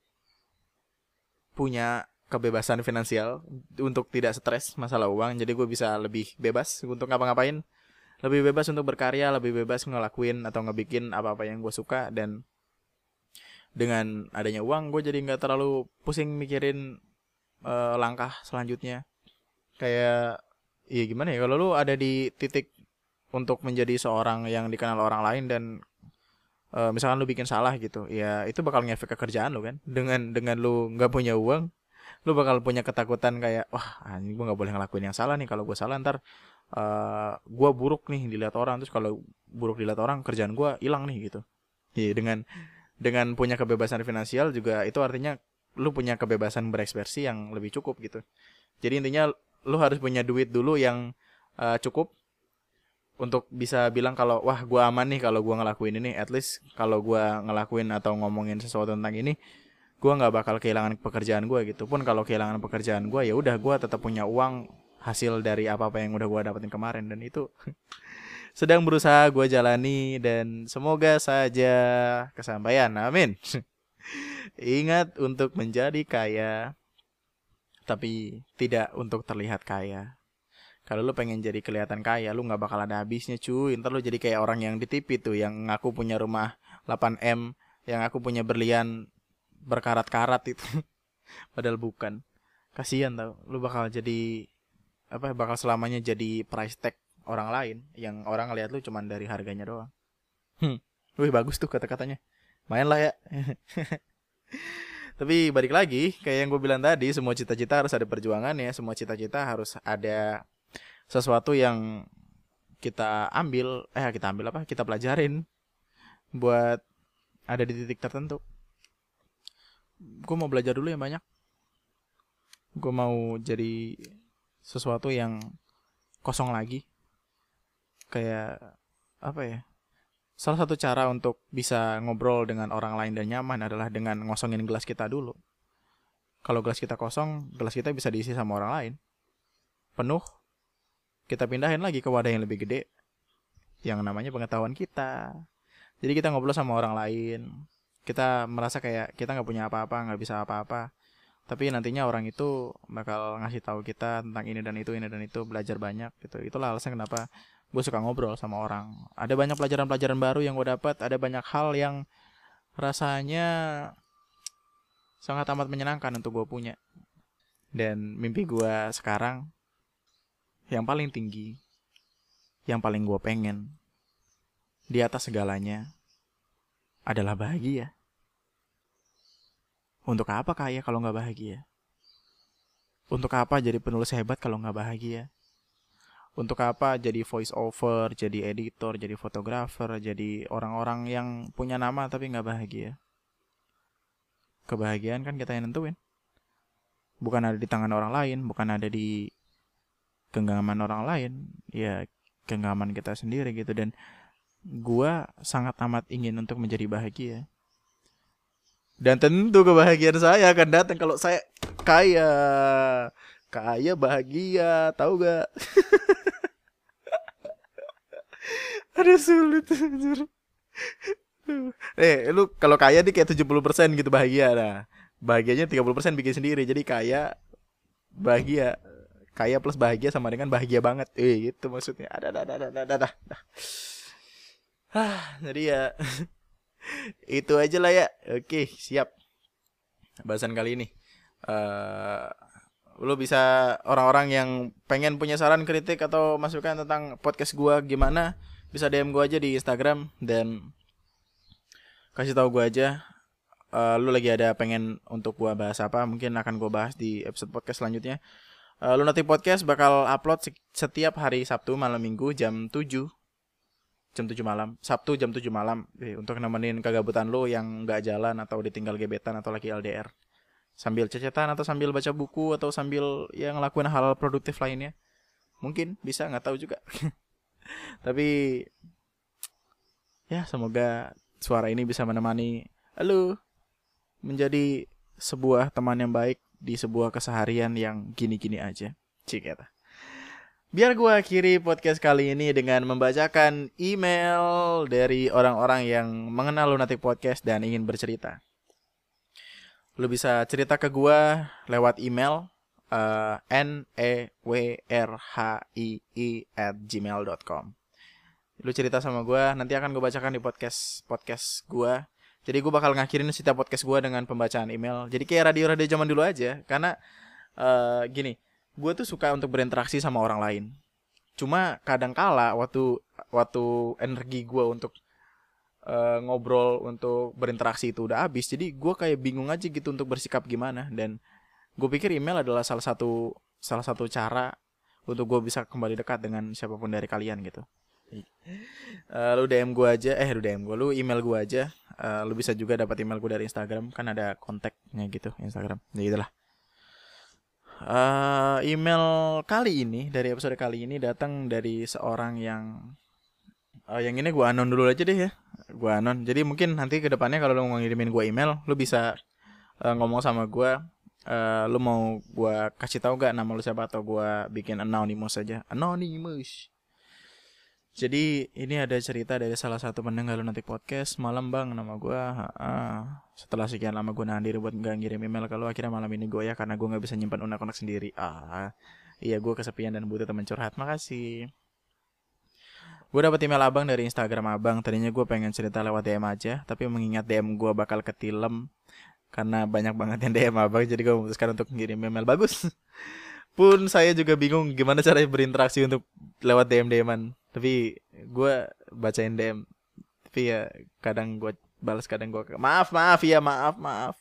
punya kebebasan finansial, untuk tidak stres masalah uang. Jadi gue bisa lebih bebas untuk ngapa-ngapain, lebih bebas untuk berkarya, lebih bebas ngelakuin atau ngebikin apa-apa yang gue suka. Dan dengan adanya uang, gue jadi nggak terlalu pusing mikirin uh, langkah selanjutnya. Kayak, iya gimana ya, kalau lu ada di titik untuk menjadi seorang yang dikenal orang lain dan uh, misalkan lu bikin salah gitu, ya itu bakal ngefek ke kerjaan lu kan. Dengan dengan lu nggak punya uang, lu bakal punya ketakutan kayak, wah anjing gue nggak boleh ngelakuin yang salah nih, kalau gue salah ntar uh, gue buruk nih dilihat orang, terus kalau buruk dilihat orang kerjaan gue hilang nih gitu. Iya, dengan dengan punya kebebasan finansial juga itu artinya lu punya kebebasan berekspresi yang lebih cukup gitu. Jadi intinya lu harus punya duit dulu yang uh, cukup untuk bisa bilang kalau wah gue aman nih kalau gue ngelakuin ini. At least kalau gue ngelakuin atau ngomongin sesuatu tentang ini, gue nggak bakal kehilangan pekerjaan gue gitu. Pun kalau kehilangan pekerjaan gue, ya udah gue tetap punya uang hasil dari apa apa yang udah gue dapetin kemarin. Dan itu sedang berusaha gue jalani dan semoga saja kesampaian. Amin. Ingat untuk menjadi kaya, tapi tidak untuk terlihat kaya. Kalau lu pengen jadi kelihatan kaya, lu nggak bakal ada habisnya cuy. Ntar lu jadi kayak orang yang di T V tuh, yang ngaku punya rumah delapan M, yang aku punya berlian berkarat-karat itu. Padahal bukan. Kasian tau, lu bakal jadi apa? Bakal selamanya jadi price tag orang lain, yang orang ngeliat lu cuman dari harganya doang. Hmm. Wih bagus tuh kata-katanya. Main lah ya. Tapi balik lagi, kayak yang gue bilang tadi, semua cita-cita harus ada perjuangan ya. Semua cita-cita harus ada sesuatu yang kita ambil, eh kita ambil apa? Kita pelajarin buat ada di titik tertentu. Gue mau belajar dulu yang banyak. Gue mau jadi sesuatu yang kosong lagi. Kayak apa ya? Salah satu cara untuk bisa ngobrol dengan orang lain dan nyaman adalah dengan ngosongin gelas kita dulu. Kalau gelas kita kosong, gelas kita bisa diisi sama orang lain. Penuh, kita pindahin lagi ke wadah yang lebih gede, yang namanya pengetahuan kita. Jadi kita ngobrol sama orang lain, kita merasa kayak kita nggak punya apa-apa, nggak bisa apa-apa. Tapi nantinya orang itu bakal ngasih tahu kita tentang ini dan itu, ini dan itu, belajar banyak gitu. Itulah alasan kenapa gue suka ngobrol sama orang. Ada banyak pelajaran-pelajaran baru yang gue dapat, ada banyak hal yang rasanya sangat amat menyenangkan untuk gue punya. Dan mimpi gue sekarang yang paling tinggi, yang paling gue pengen di atas segalanya adalah bahagia. Untuk apa kaya kalau gak bahagia? Untuk apa jadi penulis hebat kalau gak bahagia? Untuk apa jadi voice over, jadi editor, jadi fotografer, jadi orang-orang yang punya nama tapi gak bahagia? Kebahagiaan kan kita yang nentuin. Bukan ada di tangan orang lain, bukan ada di genggaman orang lain. Ya genggaman kita sendiri gitu. Dan gua sangat amat ingin untuk menjadi bahagia. Dan tentu kebahagiaan saya akan datang kalau saya kaya. Kaya bahagia, tahu gak? Ada sulit. Eh, lu kalau kaya nih kayak tujuh puluh persen gitu bahagia. Nah, bahagianya tiga puluh persen bikin sendiri. Jadi kaya, bahagia. Kaya plus bahagia sama dengan bahagia banget. Eh, gitu maksudnya. Ada, ada, ada, ada, ada, ada. Hah, jadi ya itu aja lah ya. Oke, siap. Bahasan kali ini. Uh, lu bisa, orang-orang yang pengen punya saran, kritik, atau masukan tentang podcast gua gimana, bisa D M gua aja di Instagram. Dan kasih tahu gua aja uh, lu lagi ada pengen untuk gua bahas apa. Mungkin akan gua bahas di episode podcast selanjutnya. uh, Lunatic Podcast bakal upload setiap hari Sabtu malam minggu jam tujuh jam tujuh malam, Sabtu jam tujuh malam, eh, untuk nemenin kegabutan lo yang gak jalan atau ditinggal gebetan atau lagi L D R, sambil cecetan atau sambil baca buku atau sambil ya ngelakuin hal produktif lainnya. Mungkin bisa, nggak tahu juga. Tapi ya semoga suara ini bisa menemani lu menjadi sebuah teman yang baik di sebuah keseharian yang gini-gini aja. Cik eta. Biar gue akhiri podcast kali ini dengan membacakan email dari orang-orang yang mengenal Lunatic Podcast dan ingin bercerita. Lu bisa cerita ke gue lewat email uh, n e w r h i i at gmail dot com. Lu cerita sama gue, nanti akan gue bacakan di podcast podcast gue. Jadi gue bakal ngakhirin setiap podcast gue dengan pembacaan email. Jadi kayak radio-radio zaman dulu aja. Karena uh, gini, gue tuh suka untuk berinteraksi sama orang lain. Cuma kadang kala waktu waktu energi gue untuk uh, ngobrol, untuk berinteraksi itu udah habis. Jadi gue kayak bingung aja gitu untuk bersikap gimana. Dan gue pikir email adalah salah satu salah satu cara untuk gue bisa kembali dekat dengan siapapun dari kalian gitu. Uh, lu D M gue aja, eh lu D M gue, lu email gue aja. Uh, lu bisa juga dapat email gue dari Instagram, kan ada kontaknya gitu Instagram. Ya gitulah. Uh, email kali ini, dari episode kali ini datang dari seorang yang uh, yang ini gue anon dulu aja deh ya. Gue anon. Jadi mungkin nanti ke depannya kalau lu mau ngirimin gue email, lu bisa uh, ngomong sama gue. Uh, lu mau gue kasih tahu gak nama lu siapa, atau gue bikin anonymous aja. Anonymous. Jadi ini ada cerita dari salah satu pendengar Lunatic Podcast. Malam bang, nama gue. Ha-ha. Setelah sekian lama gue nahan diri buat gak ngirim email ke lu, akhirnya malam ini gue ya, karena gue gak bisa nyimpan unek-unek sendiri. Ah, iya, gue kesepian dan butuh teman curhat. Makasih. Gue dapet email abang dari Instagram abang. Tadinya gue pengen cerita lewat D M aja, tapi mengingat D M gue bakal ketilem karena banyak banget yang D M abang, jadi gue memutuskan untuk ngirim email. Bagus. Pun saya juga bingung gimana caranya berinteraksi untuk lewat D M-D M-an. Tapi gue bacain D M. Tapi ya kadang gue balas, kadang gue maaf, maaf ya, maaf, maaf.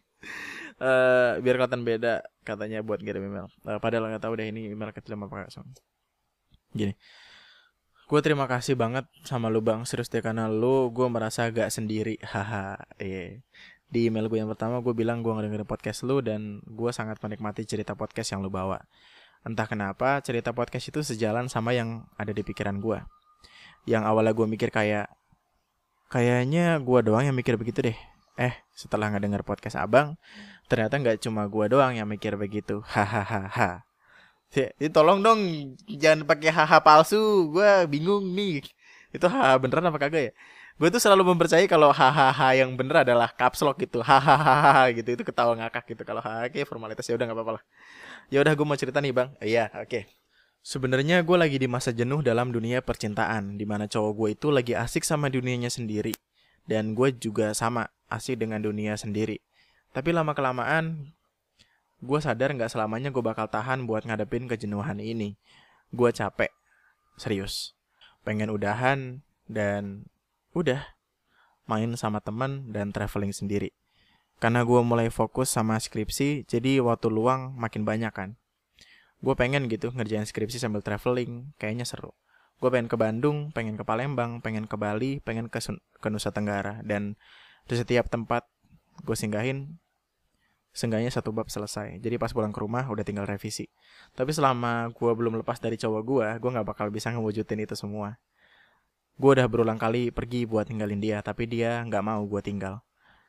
uh, biar kelihatan beda katanya buat ngirim email. Uh, padahal nggak tahu deh ini email ketilam apa nggak. Gini, gue terima kasih banget sama lu bang, serius deh, karena lu gue merasa gak sendiri. Haha, iya. Di email gue yang pertama gue bilang gue ngedengerin podcast lu dan gue sangat menikmati cerita podcast yang lu bawa. Entah kenapa cerita podcast itu sejalan sama yang ada di pikiran gue. Yang awalnya gue mikir kayak kayaknya gue doang yang mikir begitu deh. Eh setelah ngedenger podcast abang, ternyata gak cuma gue doang yang mikir begitu. Hahaha. Jadi tolong dong jangan pakai haha palsu. Gue bingung nih, itu haha beneran apa kagak ya. Gue tuh selalu mempercayai kalau hahaha yang bener adalah caps lock gitu, hahaha gitu, itu ketawa ngakak gitu. Kalau hahaha kayak formalitas, ya udah nggak apa-apa lah. Ya udah, gue mau cerita nih bang. Iya, oke. Okay. Sebenarnya gue lagi di masa jenuh dalam dunia percintaan, dimana cowok gue itu lagi asik sama dunianya sendiri, dan gue juga sama asik dengan dunia sendiri. Tapi lama kelamaan gue sadar nggak selamanya gue bakal tahan buat ngadepin kejenuhan ini. Gue capek, serius, pengen udahan dan udah main sama teman dan traveling sendiri. Karena gue mulai fokus sama skripsi, jadi waktu luang makin banyak kan. Gue pengen gitu ngerjain skripsi sambil traveling, kayaknya seru. Gue pengen ke Bandung, pengen ke Palembang, pengen ke Bali, pengen ke, Sun- ke Nusa Tenggara. Dan di setiap tempat gue singgahin, seenggaknya satu bab selesai. Jadi pas pulang ke rumah udah tinggal revisi. Tapi selama gue belum lepas dari cowok gue, gue gak bakal bisa ngewujudin itu semua. Gue udah berulang kali pergi buat tinggalin dia, tapi dia gak mau gue tinggal.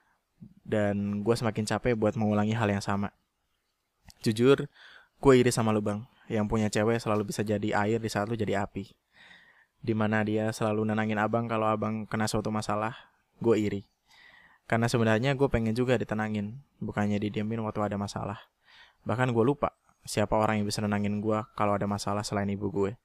Dan gue semakin capek buat mengulangi hal yang sama. Jujur, gue iri sama lu bang, yang punya cewek selalu bisa jadi air di saat lu jadi api. Dimana dia selalu nenangin abang kalau abang kena suatu masalah. Gue iri, karena sebenarnya gue pengen juga ditenangin, bukannya didiemin waktu ada masalah. Bahkan gue lupa siapa orang yang bisa nenangin gue kalau ada masalah selain ibu gue.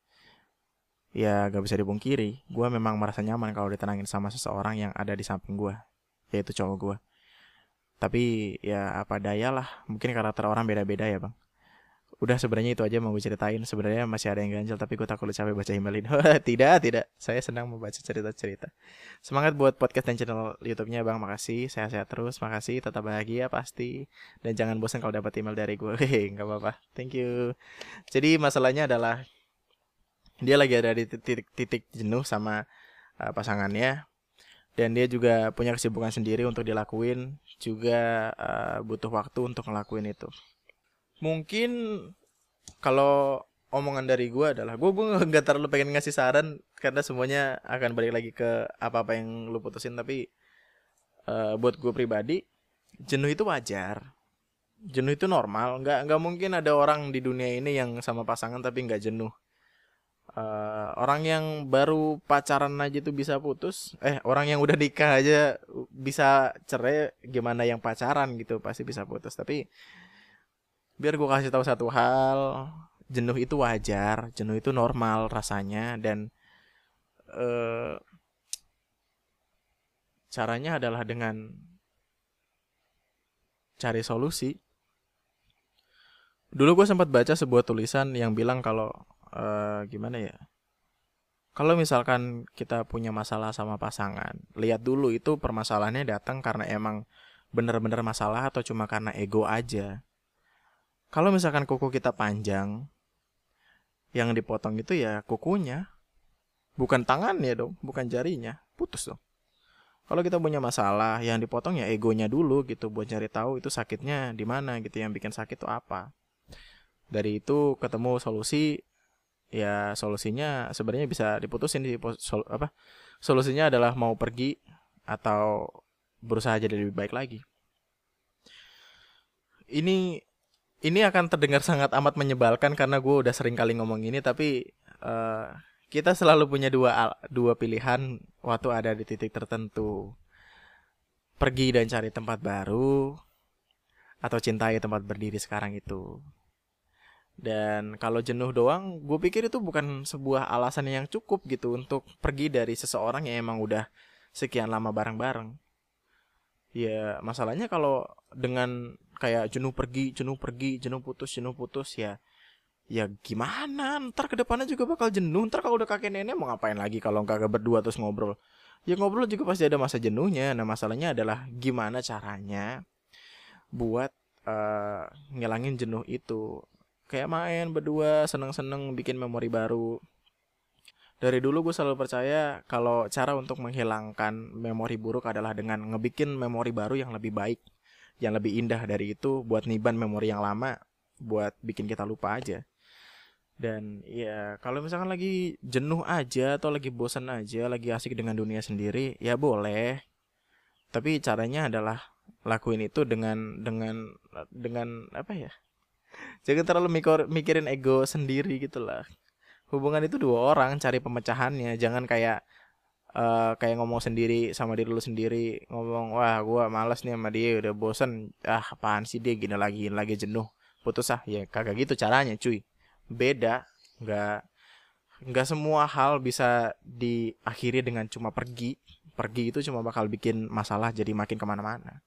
Ya gak bisa dipungkiri, gue memang merasa nyaman kalau ditenangin sama seseorang yang ada di samping gue, yaitu cowok gue. Tapi ya apa daya lah, mungkin karakter orang beda-beda ya bang. Udah, sebenarnya itu aja mau gue ceritain. Sebenarnya masih ada yang ganjel, tapi gue takut lu capek baca email ini. Tidak, tidak. Saya senang membaca cerita-cerita. Semangat buat podcast dan channel YouTube-nya bang. Makasih, sehat-sehat terus. Makasih, tetap bahagia pasti. Dan jangan bosan kalau dapat email dari gue. Hehe, nggak apa-apa. Thank you. Jadi masalahnya adalah dia lagi ada di titik-titik jenuh sama uh, pasangannya. Dan dia juga punya kesibukan sendiri untuk dilakuin. Juga uh, butuh waktu untuk ngelakuin itu. Mungkin kalau omongan dari gue adalah gue gue nggak terlalu pengen ngasih saran karena semuanya akan balik lagi ke apa-apa yang lu putusin, tapi uh, buat gue pribadi jenuh itu wajar, jenuh itu normal. nggak nggak mungkin ada orang di dunia ini yang sama pasangan tapi nggak jenuh. Uh, orang yang baru pacaran aja tuh bisa putus, eh orang yang udah nikah aja bisa cerai, gimana yang pacaran gitu, pasti bisa putus. Tapi biar gue kasih tahu satu hal, jenuh itu wajar, jenuh itu normal rasanya, dan uh, caranya adalah dengan cari solusi. Dulu gue sempat baca sebuah tulisan yang bilang kalau uh, gimana ya, kalau misalkan kita punya masalah sama pasangan, lihat dulu itu permasalahannya datang karena emang bener-bener masalah atau cuma karena ego aja. Kalau misalkan kuku kita panjang, yang dipotong itu ya kukunya, bukan tangannya dong, bukan jarinya, putus dong. Kalau kita punya masalah, yang dipotong ya egonya dulu gitu, buat cari tahu itu sakitnya di mana gitu, yang bikin sakit itu apa. Dari itu ketemu solusi, ya solusinya sebenarnya bisa diputusin di sol, apa? Solusinya adalah mau pergi atau berusaha jadi lebih baik lagi. Ini ini akan terdengar sangat amat menyebalkan karena gue udah sering kali ngomong ini, tapi uh, kita selalu punya dua dua pilihan waktu ada di titik tertentu. Pergi dan cari tempat baru, atau cintai tempat berdiri sekarang itu. Dan kalau jenuh doang, gue pikir itu bukan sebuah alasan yang cukup gitu untuk pergi dari seseorang yang emang udah sekian lama bareng-bareng. Ya masalahnya kalau dengan kayak jenuh pergi, jenuh pergi, jenuh putus, jenuh putus ya, ya gimana? Ntar kedepannya juga bakal jenuh. Ntar kalau udah kakek nenek mau ngapain lagi kalau kagak berdua terus ngobrol? Ya ngobrol juga pasti ada masa jenuhnya. Nah masalahnya adalah gimana caranya buat uh, ngilangin jenuh itu. Kayak main berdua, seneng-seneng bikin memori baru. Dari dulu gue selalu percaya kalau cara untuk menghilangkan memori buruk adalah dengan ngebikin memori baru yang lebih baik, yang lebih indah dari itu, buat niban memori yang lama, buat bikin kita lupa aja. Dan ya kalau misalkan lagi jenuh aja atau lagi bosan aja, lagi asik dengan dunia sendiri, ya boleh. Tapi caranya adalah lakuin itu dengan dengan dengan apa ya? Jangan terlalu mikir, mikirin ego sendiri gitu lah. Hubungan itu dua orang, cari pemecahannya. Jangan kayak uh, kayak ngomong sendiri sama diri lu sendiri, ngomong wah gue malas nih sama dia, udah bosan, ah apaan sih dia gini lagi gini lagi jenuh, putus ah. Ya kagak gitu caranya cuy, beda. Nggak nggak semua hal bisa diakhiri dengan cuma pergi. Pergi itu cuma bakal bikin masalah jadi makin kemana-mana.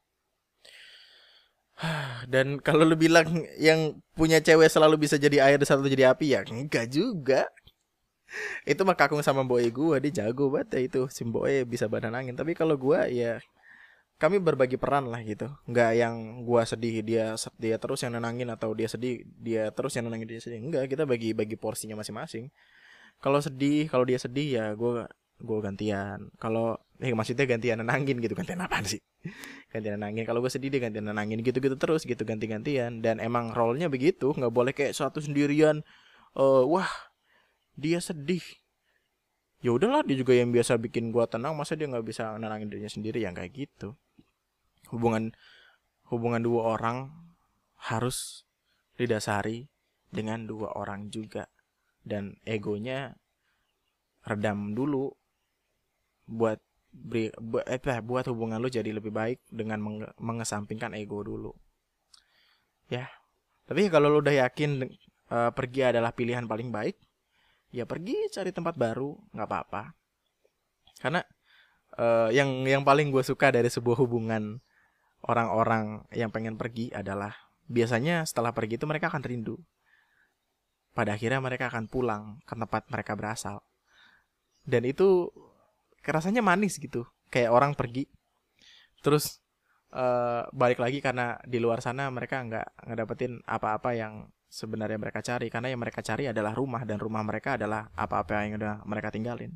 Dan kalau lu bilang yang punya cewek selalu bisa jadi air, satu jadi api, ya enggak juga. Itu mah Kakung sama Boy gue, dia jago banget ya itu, si Boy bisa badan angin. Tapi kalau gue ya kami berbagi peran lah gitu. Enggak yang gue sedih dia dia terus yang nenangin, atau dia sedih dia terus yang nenangin dia sedih. Enggak, kita bagi-bagi porsinya masing-masing. Kalau sedih, kalau dia sedih ya gue gue gantian. Kalau eh maksudnya gantian nenangin gitu, gantian apaan sih? Gantian nenangin. Kalau gue sedih dia gantian nenangin, gitu-gitu terus gitu, ganti-gantian. Dan emang role-nya begitu, nggak boleh kayak suatu sendirian. Uh, wah dia sedih, ya udahlah dia juga yang biasa bikin gue tenang, masa dia nggak bisa nenangin dirinya sendiri? Yang kayak gitu. Hubungan hubungan dua orang harus didasari dengan dua orang juga, dan egonya redam dulu buat beri, buat, eh, buat hubungan lu jadi lebih baik dengan menge, mengesampingkan ego dulu. Ya, tapi kalau lu udah yakin uh, pergi adalah pilihan paling baik, ya pergi cari tempat baru, nggak apa-apa. Karena uh, yang yang paling gue suka dari sebuah hubungan orang-orang yang pengen pergi adalah biasanya setelah pergi itu mereka akan rindu. Pada akhirnya mereka akan pulang ke tempat mereka berasal. Dan itu rasanya manis gitu. Kayak orang pergi terus uh, balik lagi karena di luar sana mereka nggak ngedapetin apa-apa yang sebenarnya mereka cari. Karena yang mereka cari adalah rumah, dan rumah mereka adalah apa-apa yang udah mereka tinggalin.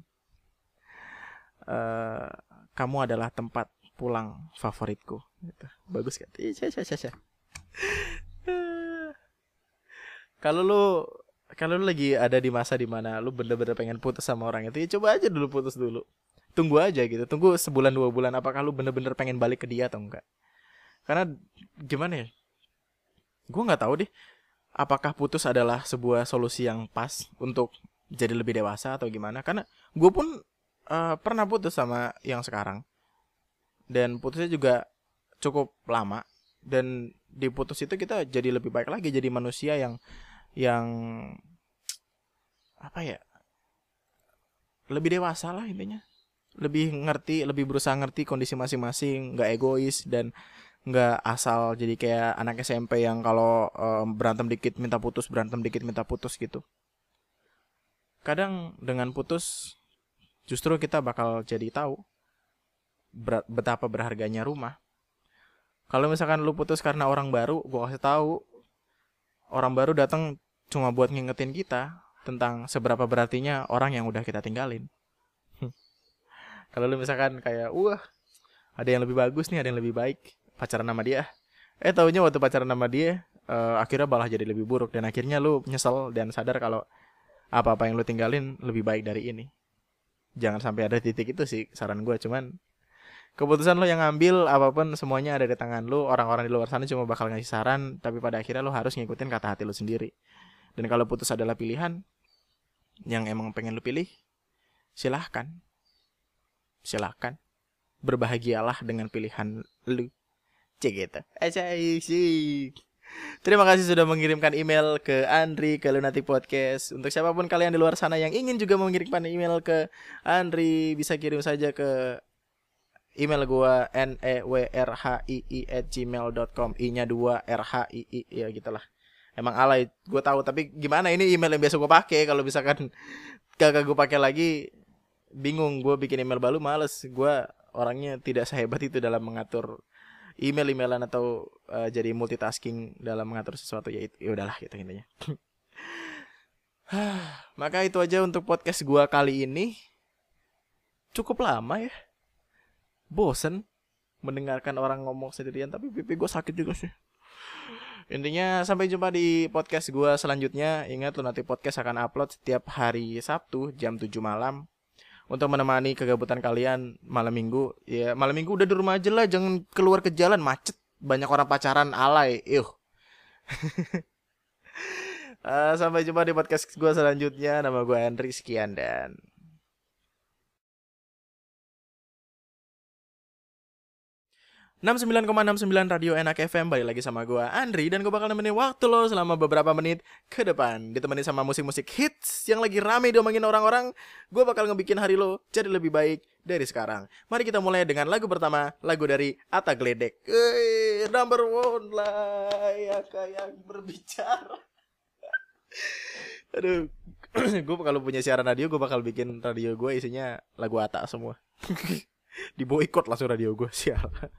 Uh, kamu adalah tempat pulang favoritku gitu. Bagus kan? Iya, iya, iya, iya. Kalau lu kalau lu lagi ada di masa dimana lu bener-bener pengen putus sama orang itu, ya coba aja dulu putus dulu. Tunggu aja gitu, tunggu sebulan dua bulan apakah lu bener-bener pengen balik ke dia atau enggak. Karena gimana ya, gue nggak tahu deh apakah putus adalah sebuah solusi yang pas untuk jadi lebih dewasa atau gimana. Karena gue pun uh, pernah putus sama yang sekarang, dan putusnya juga cukup lama, dan di putus itu kita jadi lebih baik lagi, jadi manusia yang yang apa ya, lebih dewasa lah intinya, lebih ngerti, lebih berusaha ngerti kondisi masing-masing, nggak egois dan nggak asal jadi kayak anak S M P yang kalau um, berantem dikit minta putus, berantem dikit minta putus gitu. Kadang dengan putus justru kita bakal jadi tahu ber- betapa berharganya rumah. Kalau misalkan lu putus karena orang baru, gua kasih tahu, orang baru datang cuma buat ngingetin kita tentang seberapa berartinya orang yang udah kita tinggalin. Kalau lu misalkan kayak, wah, ada yang lebih bagus nih, ada yang lebih baik, pacaran sama dia. Eh taunya waktu pacaran sama dia, uh, akhirnya malah jadi lebih buruk, dan akhirnya lu nyesel dan sadar kalau apa-apa yang lu tinggalin lebih baik dari ini. Jangan sampai ada titik itu sih saran gue. Cuman keputusan lo yang ngambil, apapun semuanya ada di tangan lo. Orang-orang di luar sana cuma bakal ngasih saran, tapi pada akhirnya lo harus ngikutin kata hati lo sendiri. Dan kalau putus adalah pilihan yang emang pengen lo pilih, silahkan. Silahkan. Berbahagialah dengan pilihan lo. Cek gitu. Asik. Terima kasih sudah mengirimkan email ke Andri, ke Lunatic Podcast. Untuk siapapun kalian di luar sana yang ingin juga mengirimkan email ke Andri, bisa kirim saja ke email gua n e w r h i i at gmail dot com. I-nya dua, R H I I, ya gitulah. Emang alay, gue tahu, tapi gimana, ini email yang biasa gue pakai. Kalau misalkan kagak gue pakai lagi, bingung gue bikin email baru, males. Gue orangnya tidak sehebat itu dalam mengatur email-emailan atau uh, jadi multitasking dalam mengatur sesuatu, ya itu, ya udahlah gitu intinya. Maka itu aja untuk podcast gue kali ini. Cukup lama ya. Bosen mendengarkan orang ngomong sendirian, tapi pipi gue sakit juga sih. Intinya sampai jumpa di podcast gue selanjutnya. Ingat, Lunatic Podcast akan upload setiap hari Sabtu jam tujuh malam untuk menemani kegabutan kalian malam minggu. Ya malam minggu udah di rumah aja lah, jangan keluar ke jalan, macet, banyak orang pacaran, alay. Yuh. uh, Sampai jumpa di podcast gue selanjutnya. Nama gue Henry, sekian dan enam puluh sembilan koma enam sembilan Radio Enak F M. Balik lagi sama gue Andri, dan gue bakal nemenin waktu lo selama beberapa menit ke depan, ditemani sama musik-musik hits yang lagi rame diomongin orang-orang. Gue bakal ngebikin hari lo jadi lebih baik dari sekarang. Mari kita mulai dengan lagu pertama, lagu dari Atta Gledek. Hey, number one lah ya kayak berbicara. Aduh, gue kalau punya siaran radio, gue bakal bikin radio gue isinya lagu Atta semua. Diboikot langsung radio gue, sial.